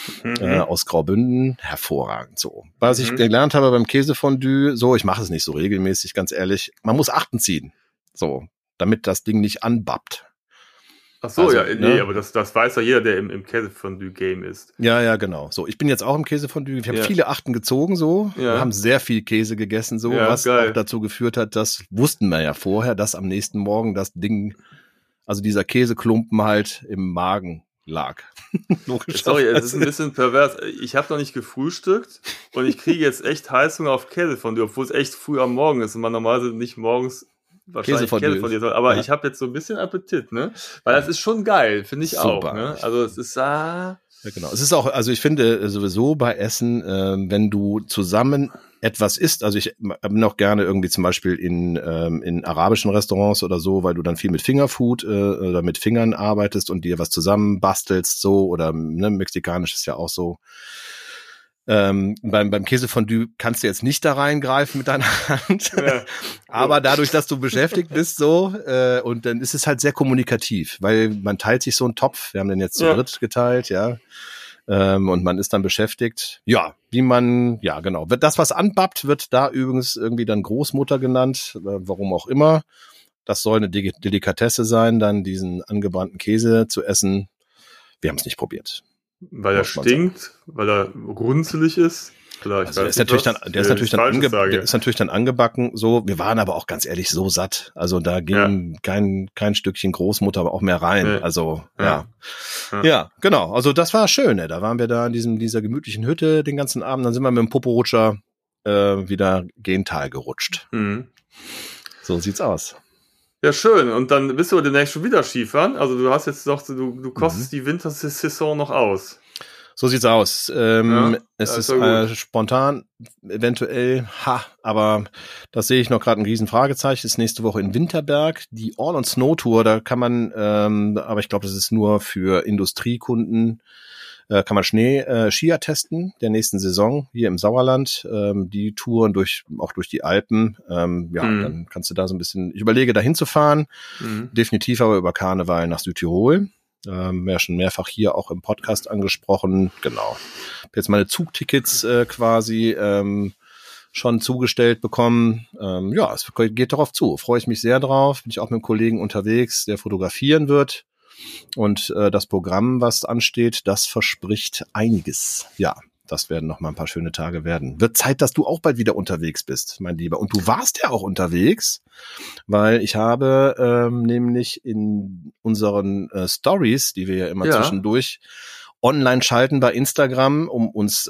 Speaker 2: aus Graubünden. Hervorragend. So. Was ich gelernt habe beim Käsefondue, so, ich mache es nicht so regelmäßig, ganz ehrlich, man muss Achten ziehen. So, damit das Ding nicht anbappt.
Speaker 1: Ach so, also, ja, nee, aber das weiß ja jeder, der im Käsefondue-Game ist.
Speaker 2: Ja, genau. So, ich bin jetzt auch im Käsefondue. Wir haben viele Achten gezogen, so. Ja. Wir haben sehr viel Käse gegessen, so, was geil. Auch dazu geführt hat, das wussten wir ja vorher, dass am nächsten Morgen das Ding, also dieser Käseklumpen halt im Magen lag.
Speaker 1: Sorry, es ist ein bisschen pervers. Ich habe noch nicht gefrühstückt und ich kriege jetzt echt Heißhunger auf Käsefondue, obwohl es echt früh am Morgen ist und man normalerweise nicht morgens wahrscheinlich Käsefondue soll. Aber ich habe jetzt so ein bisschen Appetit, ne? Weil das ist schon geil, finde ich. Super. Auch. Ne? Also es ist
Speaker 2: Ja, genau. Es ist auch, also ich finde sowieso bei Essen, wenn du zusammen etwas isst, also ich bin auch gerne irgendwie zum Beispiel in arabischen Restaurants oder so, weil du dann viel mit Fingerfood oder mit Fingern arbeitest und dir was zusammen bastelst, so, oder ne, mexikanisch ist ja auch so. Beim Käsefondue kannst du jetzt nicht da reingreifen mit deiner Hand, aber dadurch, dass du beschäftigt bist so und dann ist es halt sehr kommunikativ, weil man teilt sich so einen Topf, wir haben den jetzt zu dritt geteilt, ja, und man ist dann beschäftigt, ja, genau, das, was anbappt, wird da übrigens irgendwie dann Großmutter genannt, warum auch immer, das soll eine Delikatesse sein, dann diesen angebrannten Käse zu essen, wir haben es nicht probiert.
Speaker 1: Weil er stinkt, weil er runzelig ist.
Speaker 2: Also der ist natürlich dann angebacken. So, wir waren aber auch ganz ehrlich so satt. Also da ging kein Stückchen Großmutter aber auch mehr rein. Nee. Also ja, genau. Also das war schön. Da waren wir da in dieser gemütlichen Hütte den ganzen Abend. Dann sind wir mit dem Poporutscher wieder Gental gerutscht. Mhm. So sieht's aus.
Speaker 1: Ja, schön. Und dann bist du demnächst schon wieder Skifahren. Also du hast jetzt noch, du kostest die Wintersaison noch aus.
Speaker 2: So sieht's aus. Es ist spontan, eventuell, aber das sehe ich noch gerade ein riesen Fragezeichen. Ist nächste Woche in Winterberg. Die All-on-Snow-Tour, da kann man, aber ich glaube, das ist nur für Industriekunden. kann man Skier testen der nächsten Saison hier im Sauerland. Die Touren auch durch die Alpen. Dann kannst du da so ein bisschen, ich überlege, da hinzufahren. Definitiv aber über Karneval nach Südtirol. Ja, schon mehrfach hier auch im Podcast angesprochen. Genau. Hab jetzt meine Zugtickets quasi schon zugestellt bekommen. Es geht darauf zu. Freue ich mich sehr drauf. Bin ich auch mit einem Kollegen unterwegs, der fotografieren wird. Und das Programm, was ansteht, das verspricht einiges. Ja, das werden noch mal ein paar schöne Tage werden. Wird Zeit, dass du auch bald wieder unterwegs bist, mein Lieber. Und du warst ja auch unterwegs, weil ich habe nämlich in unseren Stories, die wir ja immer zwischendurch online schalten bei Instagram, um uns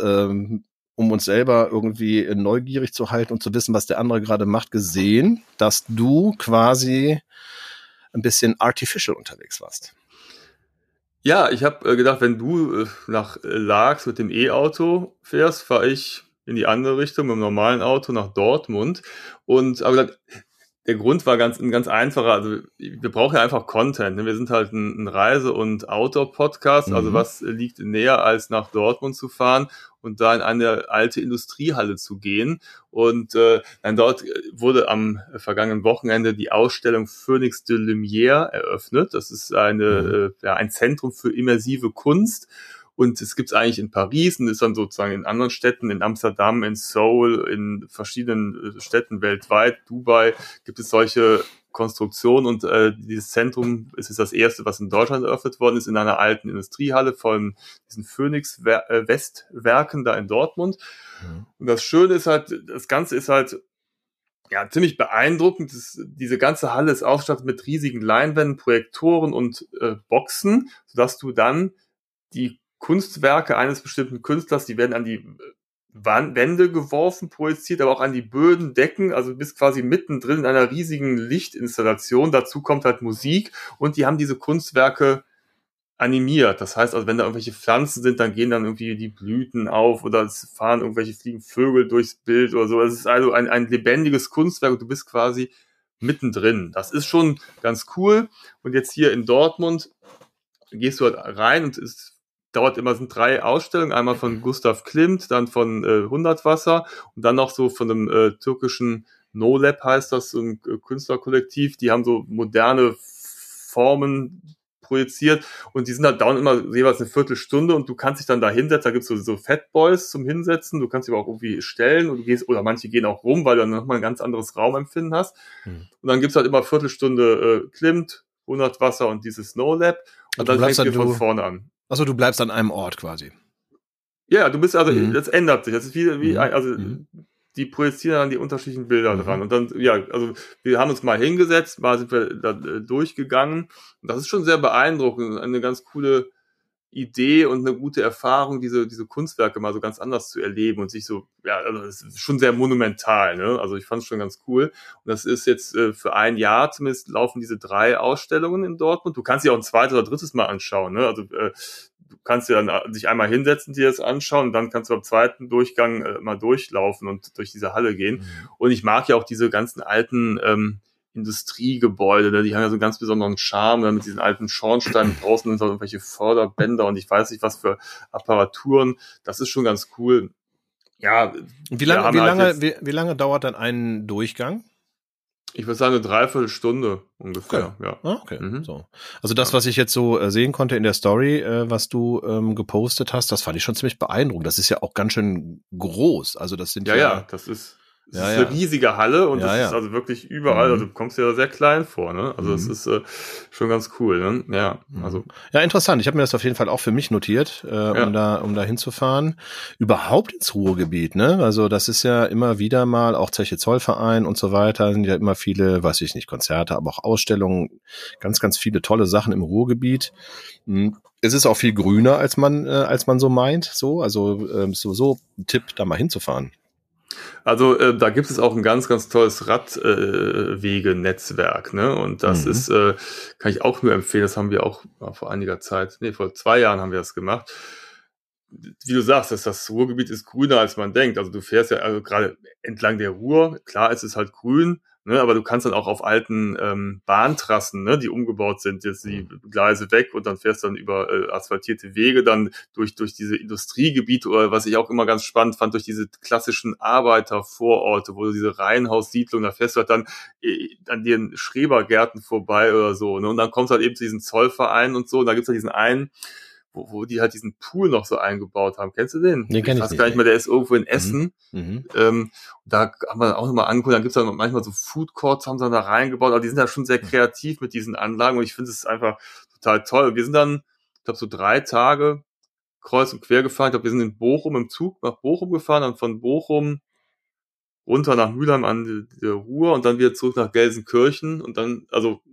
Speaker 2: selber irgendwie neugierig zu halten und zu wissen, was der andere gerade macht, gesehen, dass du quasi ein bisschen artificial unterwegs warst.
Speaker 1: Ja, ich habe gedacht, wenn du nach Laax mit dem E-Auto fährst, fahre ich in die andere Richtung mit dem normalen Auto nach Dortmund. Aber der Grund war ein ganz einfacher. Also wir brauchen ja einfach Content. Ne? Wir sind halt ein Reise- und Outdoor-Podcast. Also was liegt näher, als nach Dortmund zu fahren und da in eine alte Industriehalle zu gehen. Und dort wurde am vergangenen Wochenende die Ausstellung Phoenix de Lumière eröffnet. Das ist ein Zentrum für immersive Kunst. Und es gibt's eigentlich in Paris und ist dann sozusagen in anderen Städten, in Amsterdam, in Seoul, in verschiedenen Städten weltweit, Dubai, gibt es solche Konstruktionen. Und dieses Zentrum ist das erste, was in Deutschland eröffnet worden ist, in einer alten Industriehalle von diesen Phoenix Westwerken da in Dortmund. Und das Schöne ist halt, das Ganze ist halt ziemlich beeindruckend. Diese ganze Halle ist ausgestattet mit riesigen Leinwänden, Projektoren und Boxen, sodass du dann die Kunstwerke eines bestimmten Künstlers, die werden an die Wände geworfen, projiziert, aber auch an die Böden, Decken, also du bist quasi mittendrin in einer riesigen Lichtinstallation. Dazu kommt halt Musik und die haben diese Kunstwerke animiert. Das heißt, also wenn da irgendwelche Pflanzen sind, dann gehen dann irgendwie die Blüten auf oder es fahren irgendwelche fliegen Vögel durchs Bild oder so. Es ist also ein lebendiges Kunstwerk und du bist quasi mittendrin. Das ist schon ganz cool. Und jetzt hier in Dortmund gehst du halt rein und sind 3 Ausstellungen, einmal von Gustav Klimt, dann von Hundertwasser und dann noch so von einem türkischen No Lab heißt das, so ein Künstlerkollektiv, die haben so moderne Formen projiziert und die sind halt dauernd immer jeweils eine Viertelstunde und du kannst dich dann da hinsetzen, da gibt's so Fatboys zum Hinsetzen, du kannst dich aber auch irgendwie stellen und oder manche gehen auch rum, weil du dann nochmal ein ganz anderes Raumempfinden hast. Und dann gibt's halt immer Viertelstunde Klimt, Hundertwasser und dieses No Lab und dann fängst du von vorne an.
Speaker 2: Also du bleibst an einem Ort quasi.
Speaker 1: Ja, du bist das ändert sich. Das ist die projizieren dann die unterschiedlichen Bilder dran. Und dann, wir haben uns mal hingesetzt, mal sind wir da durchgegangen. Und das ist schon sehr beeindruckend. Eine ganz coole Idee und eine gute Erfahrung, diese Kunstwerke mal so ganz anders zu erleben und sich so, das ist schon sehr monumental, ne? Also ich fand es schon ganz cool. Und das ist jetzt für ein Jahr zumindest laufen diese 3 Ausstellungen in Dortmund. Du kannst sie auch ein zweites oder drittes Mal anschauen, ne? Also du kannst dir dann dich einmal hinsetzen, dir das anschauen und dann kannst du am zweiten Durchgang mal durchlaufen und durch diese Halle gehen. Und ich mag ja auch diese ganzen alten Industriegebäude, ne? Die haben ja so einen ganz besonderen Charme, ne? Mit diesen alten Schornsteinen draußen sind so irgendwelche Förderbänder und ich weiß nicht, was für Apparaturen. Das ist schon ganz cool. Ja.
Speaker 2: Wie lange dauert dann ein Durchgang?
Speaker 1: Ich würde sagen, eine Dreiviertelstunde ungefähr.
Speaker 2: Okay. Ja. Okay. So. Also das, was ich jetzt so sehen konnte in der Story, was du gepostet hast, das fand ich schon ziemlich beeindruckend. Das ist ja auch ganz schön groß. Also das sind
Speaker 1: das ist eine riesige Halle und das ist also wirklich überall, also du kommst dir da sehr klein vor, ne? Also das ist schon ganz cool, ne? Ja, also.
Speaker 2: Ja, interessant. Ich habe mir das auf jeden Fall auch für mich notiert, um da hinzufahren. Überhaupt ins Ruhrgebiet, ne? Also das ist ja immer wieder mal, auch Zeche Zollverein und so weiter, sind ja immer viele, weiß ich nicht, Konzerte, aber auch Ausstellungen, ganz, ganz viele tolle Sachen im Ruhrgebiet. Es ist auch viel grüner, als man so meint, so. Also so ein Tipp, da mal hinzufahren.
Speaker 1: Also da gibt es auch ein ganz, ganz tolles Radwege-Netzwerk, ne? Und das ist, kann ich auch nur empfehlen, das haben wir auch vor einiger Zeit, vor 2 Jahren haben wir das gemacht. Wie du sagst, das Ruhrgebiet ist grüner, als man denkt. Also du fährst ja also gerade entlang der Ruhr, klar ist es halt grün, Ne, aber du kannst dann auch auf alten Bahntrassen, ne, die umgebaut sind, jetzt die Gleise weg und dann fährst du dann über asphaltierte Wege dann durch diese Industriegebiete oder was ich auch immer ganz spannend fand, durch diese klassischen Arbeitervororte, wo du diese Reihenhaussiedlung, da fährst du halt dann an den Schrebergärten vorbei oder so. Ne, und dann kommst du halt eben zu diesen Zollvereinen und so. Und da gibt's halt diesen einen, wo die halt diesen Pool noch so eingebaut haben. Kennst du den?
Speaker 2: Den kenn ich
Speaker 1: weiß
Speaker 2: nicht,
Speaker 1: gar nicht mehr, der ist irgendwo in Essen.
Speaker 2: Mhm.
Speaker 1: Da haben wir auch nochmal angeguckt, dann gibt's dann manchmal so Food Courts, haben sie dann da reingebaut, aber die sind ja schon sehr kreativ mit diesen Anlagen und ich finde es einfach total toll. Und wir sind dann, ich glaube, so 3 Tage kreuz und quer gefahren. Ich glaube, wir sind in Bochum im Zug nach Bochum gefahren, dann von Bochum runter nach Mülheim an die Ruhr und dann wieder zurück nach Gelsenkirchen und dann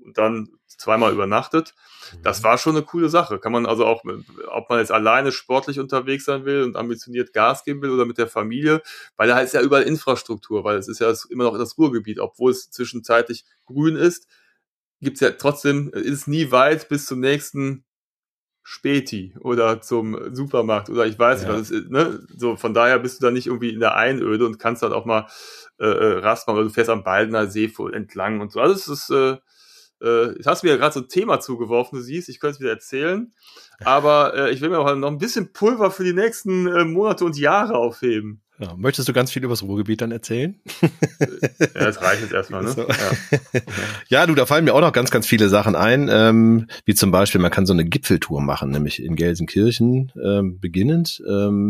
Speaker 1: zweimal übernachtet. Das war schon eine coole Sache. Kann man also auch, ob man jetzt alleine sportlich unterwegs sein will und ambitioniert Gas geben will oder mit der Familie, weil da ist ja überall Infrastruktur, weil es ist ja immer noch das Ruhrgebiet, obwohl es zwischenzeitlich grün ist, gibt's ja trotzdem, ist nie weit bis zum nächsten Späti oder zum Supermarkt oder ich weiß nicht, was es ist, ne? So, von daher bist du da nicht irgendwie in der Einöde und kannst dann auch mal Rast machen oder du fährst am Baldener See entlang und so. Also es ist, jetzt hast du mir ja gerade so ein Thema zugeworfen, du siehst, ich könnte es wieder erzählen, aber ich will mir auch noch ein bisschen Pulver für die nächsten Monate und Jahre aufheben.
Speaker 2: Ja, möchtest du ganz viel über das Ruhrgebiet dann erzählen?
Speaker 1: Ja, das reicht jetzt erstmal, ne?
Speaker 2: So.
Speaker 1: Ja.
Speaker 2: Ja, du, da fallen mir auch noch ganz, ganz viele Sachen ein, wie zum Beispiel, man kann so eine Gipfeltour machen, nämlich in Gelsenkirchen beginnend,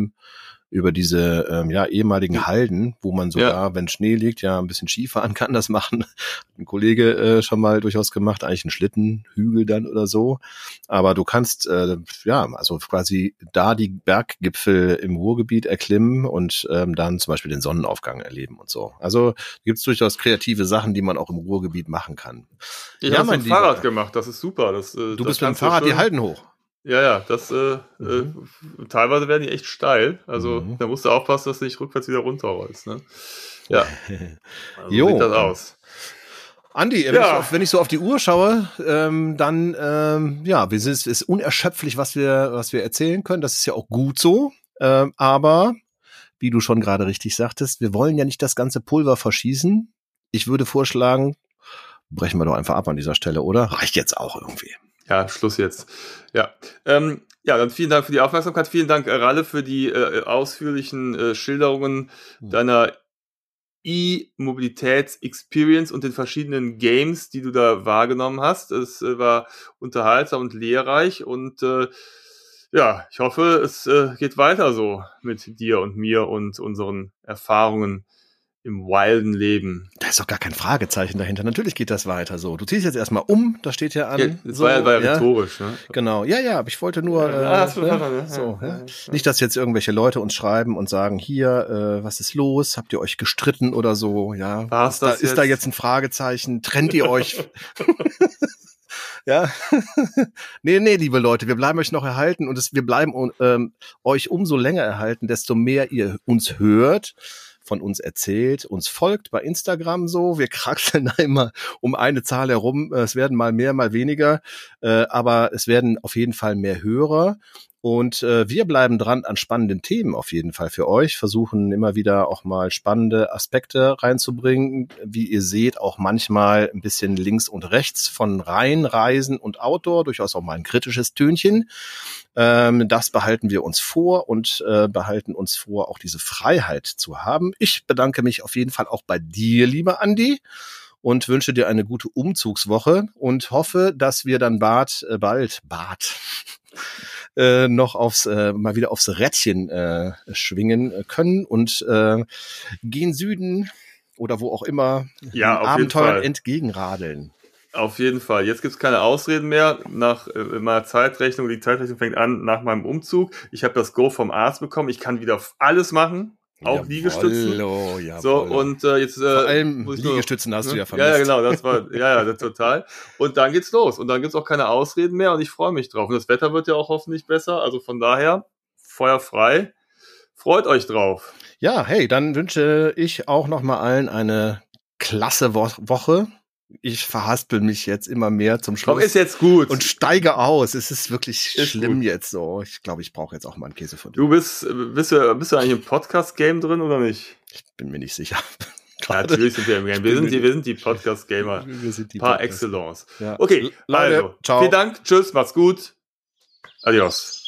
Speaker 2: über diese ehemaligen Halden, wo man sogar, wenn Schnee liegt, ein bisschen Skifahren kann, das machen. Ein Kollege schon mal durchaus gemacht, eigentlich ein Schlittenhügel dann oder so. Aber du kannst also quasi da die Berggipfel im Ruhrgebiet erklimmen und dann zum Beispiel den Sonnenaufgang erleben und so. Also gibt's durchaus kreative Sachen, die man auch im Ruhrgebiet machen kann.
Speaker 1: Ich habe mein Fahrrad gemacht, das ist super.
Speaker 2: Du bist mit dem Fahrrad die Halden hoch.
Speaker 1: Ja, teilweise werden die echt steil. Also da musst du aufpassen, dass du nicht rückwärts wieder runterrollst. Ne? Ja, also sieht das aus.
Speaker 2: Andi, wenn ich so auf die Uhr schaue, dann es ist unerschöpflich, was wir erzählen können. Das ist ja auch gut so. Aber wie du schon gerade richtig sagtest, wir wollen ja nicht das ganze Pulver verschießen. Ich würde vorschlagen, brechen wir doch einfach ab an dieser Stelle, oder? Reicht jetzt auch irgendwie.
Speaker 1: Ja, Schluss jetzt. Ja, dann vielen Dank für die Aufmerksamkeit. Vielen Dank, Ralle, für die ausführlichen Schilderungen deiner E-Mobilitäts-Experience und den verschiedenen Games, die du da wahrgenommen hast. Es war unterhaltsam und lehrreich und ich hoffe, es geht weiter so mit dir und mir und unseren Erfahrungen im wilden Leben.
Speaker 2: Da ist doch gar kein Fragezeichen dahinter. Natürlich geht das weiter so. Du ziehst jetzt erstmal um, das steht ja an.
Speaker 1: Ja, das war ja rhetorisch, ne?
Speaker 2: Genau. Ja, aber ich wollte nur nicht, dass jetzt irgendwelche Leute uns schreiben und sagen, hier, was ist los? Habt ihr euch gestritten oder so? Ja. Ist da jetzt ein Fragezeichen? Trennt ihr euch? Ja. Nee, liebe Leute, wir bleiben euch noch erhalten und wir bleiben euch umso länger erhalten, desto mehr ihr uns hört, von uns erzählt, uns folgt bei Instagram so. Wir kraxeln da immer um eine Zahl herum. Es werden mal mehr, mal weniger, aber es werden auf jeden Fall mehr Hörer. Und wir bleiben dran an spannenden Themen auf jeden Fall für euch, versuchen immer wieder auch mal spannende Aspekte reinzubringen. Wie ihr seht, auch manchmal ein bisschen links und rechts von Rein, Reisen und Outdoor, durchaus auch mal ein kritisches Tönchen. Das behalten wir uns vor und behalten uns vor, auch diese Freiheit zu haben. Ich bedanke mich auf jeden Fall auch bei dir, lieber Andi, und wünsche dir eine gute Umzugswoche und hoffe, dass wir dann bald noch mal wieder aufs Rädchen schwingen können und gehen Süden oder wo auch immer Abenteuern entgegenradeln.
Speaker 1: Auf jeden Fall. Jetzt gibt's keine Ausreden mehr. Nach meiner Zeitrechnung, die Zeitrechnung fängt an nach meinem Umzug. Ich habe das Go vom Arzt bekommen. Ich kann wieder alles machen. Auch Liegestützen. So, und jetzt
Speaker 2: vor allem Liegestützen hast du ja vermisst.
Speaker 1: Ja, genau, das war das total. Und dann geht's los. Und dann gibt's auch keine Ausreden mehr und ich freue mich drauf. Und das Wetter wird ja auch hoffentlich besser. Also von daher, Feuer frei. Freut euch drauf.
Speaker 2: Ja, hey, dann wünsche ich auch noch mal allen eine klasse Woche. Ich verhaspel mich jetzt immer mehr zum Schluss.
Speaker 1: Komm, ist jetzt gut.
Speaker 2: Und steige aus. Es ist wirklich schlimm jetzt so. Ich glaube, ich brauche jetzt auch mal einen Käse von dir.
Speaker 1: Du bist du eigentlich im Podcast-Game drin oder nicht?
Speaker 2: Ich bin mir nicht sicher. schade.
Speaker 1: Natürlich sind wir im Game. Wir sind die Podcast-Gamer
Speaker 2: Wir sind die
Speaker 1: par
Speaker 2: Podcast.
Speaker 1: excellence.
Speaker 2: Ja.
Speaker 1: Okay,
Speaker 2: Leute,
Speaker 1: also,
Speaker 2: ciao.
Speaker 1: vielen Dank, tschüss, macht's gut. Adios.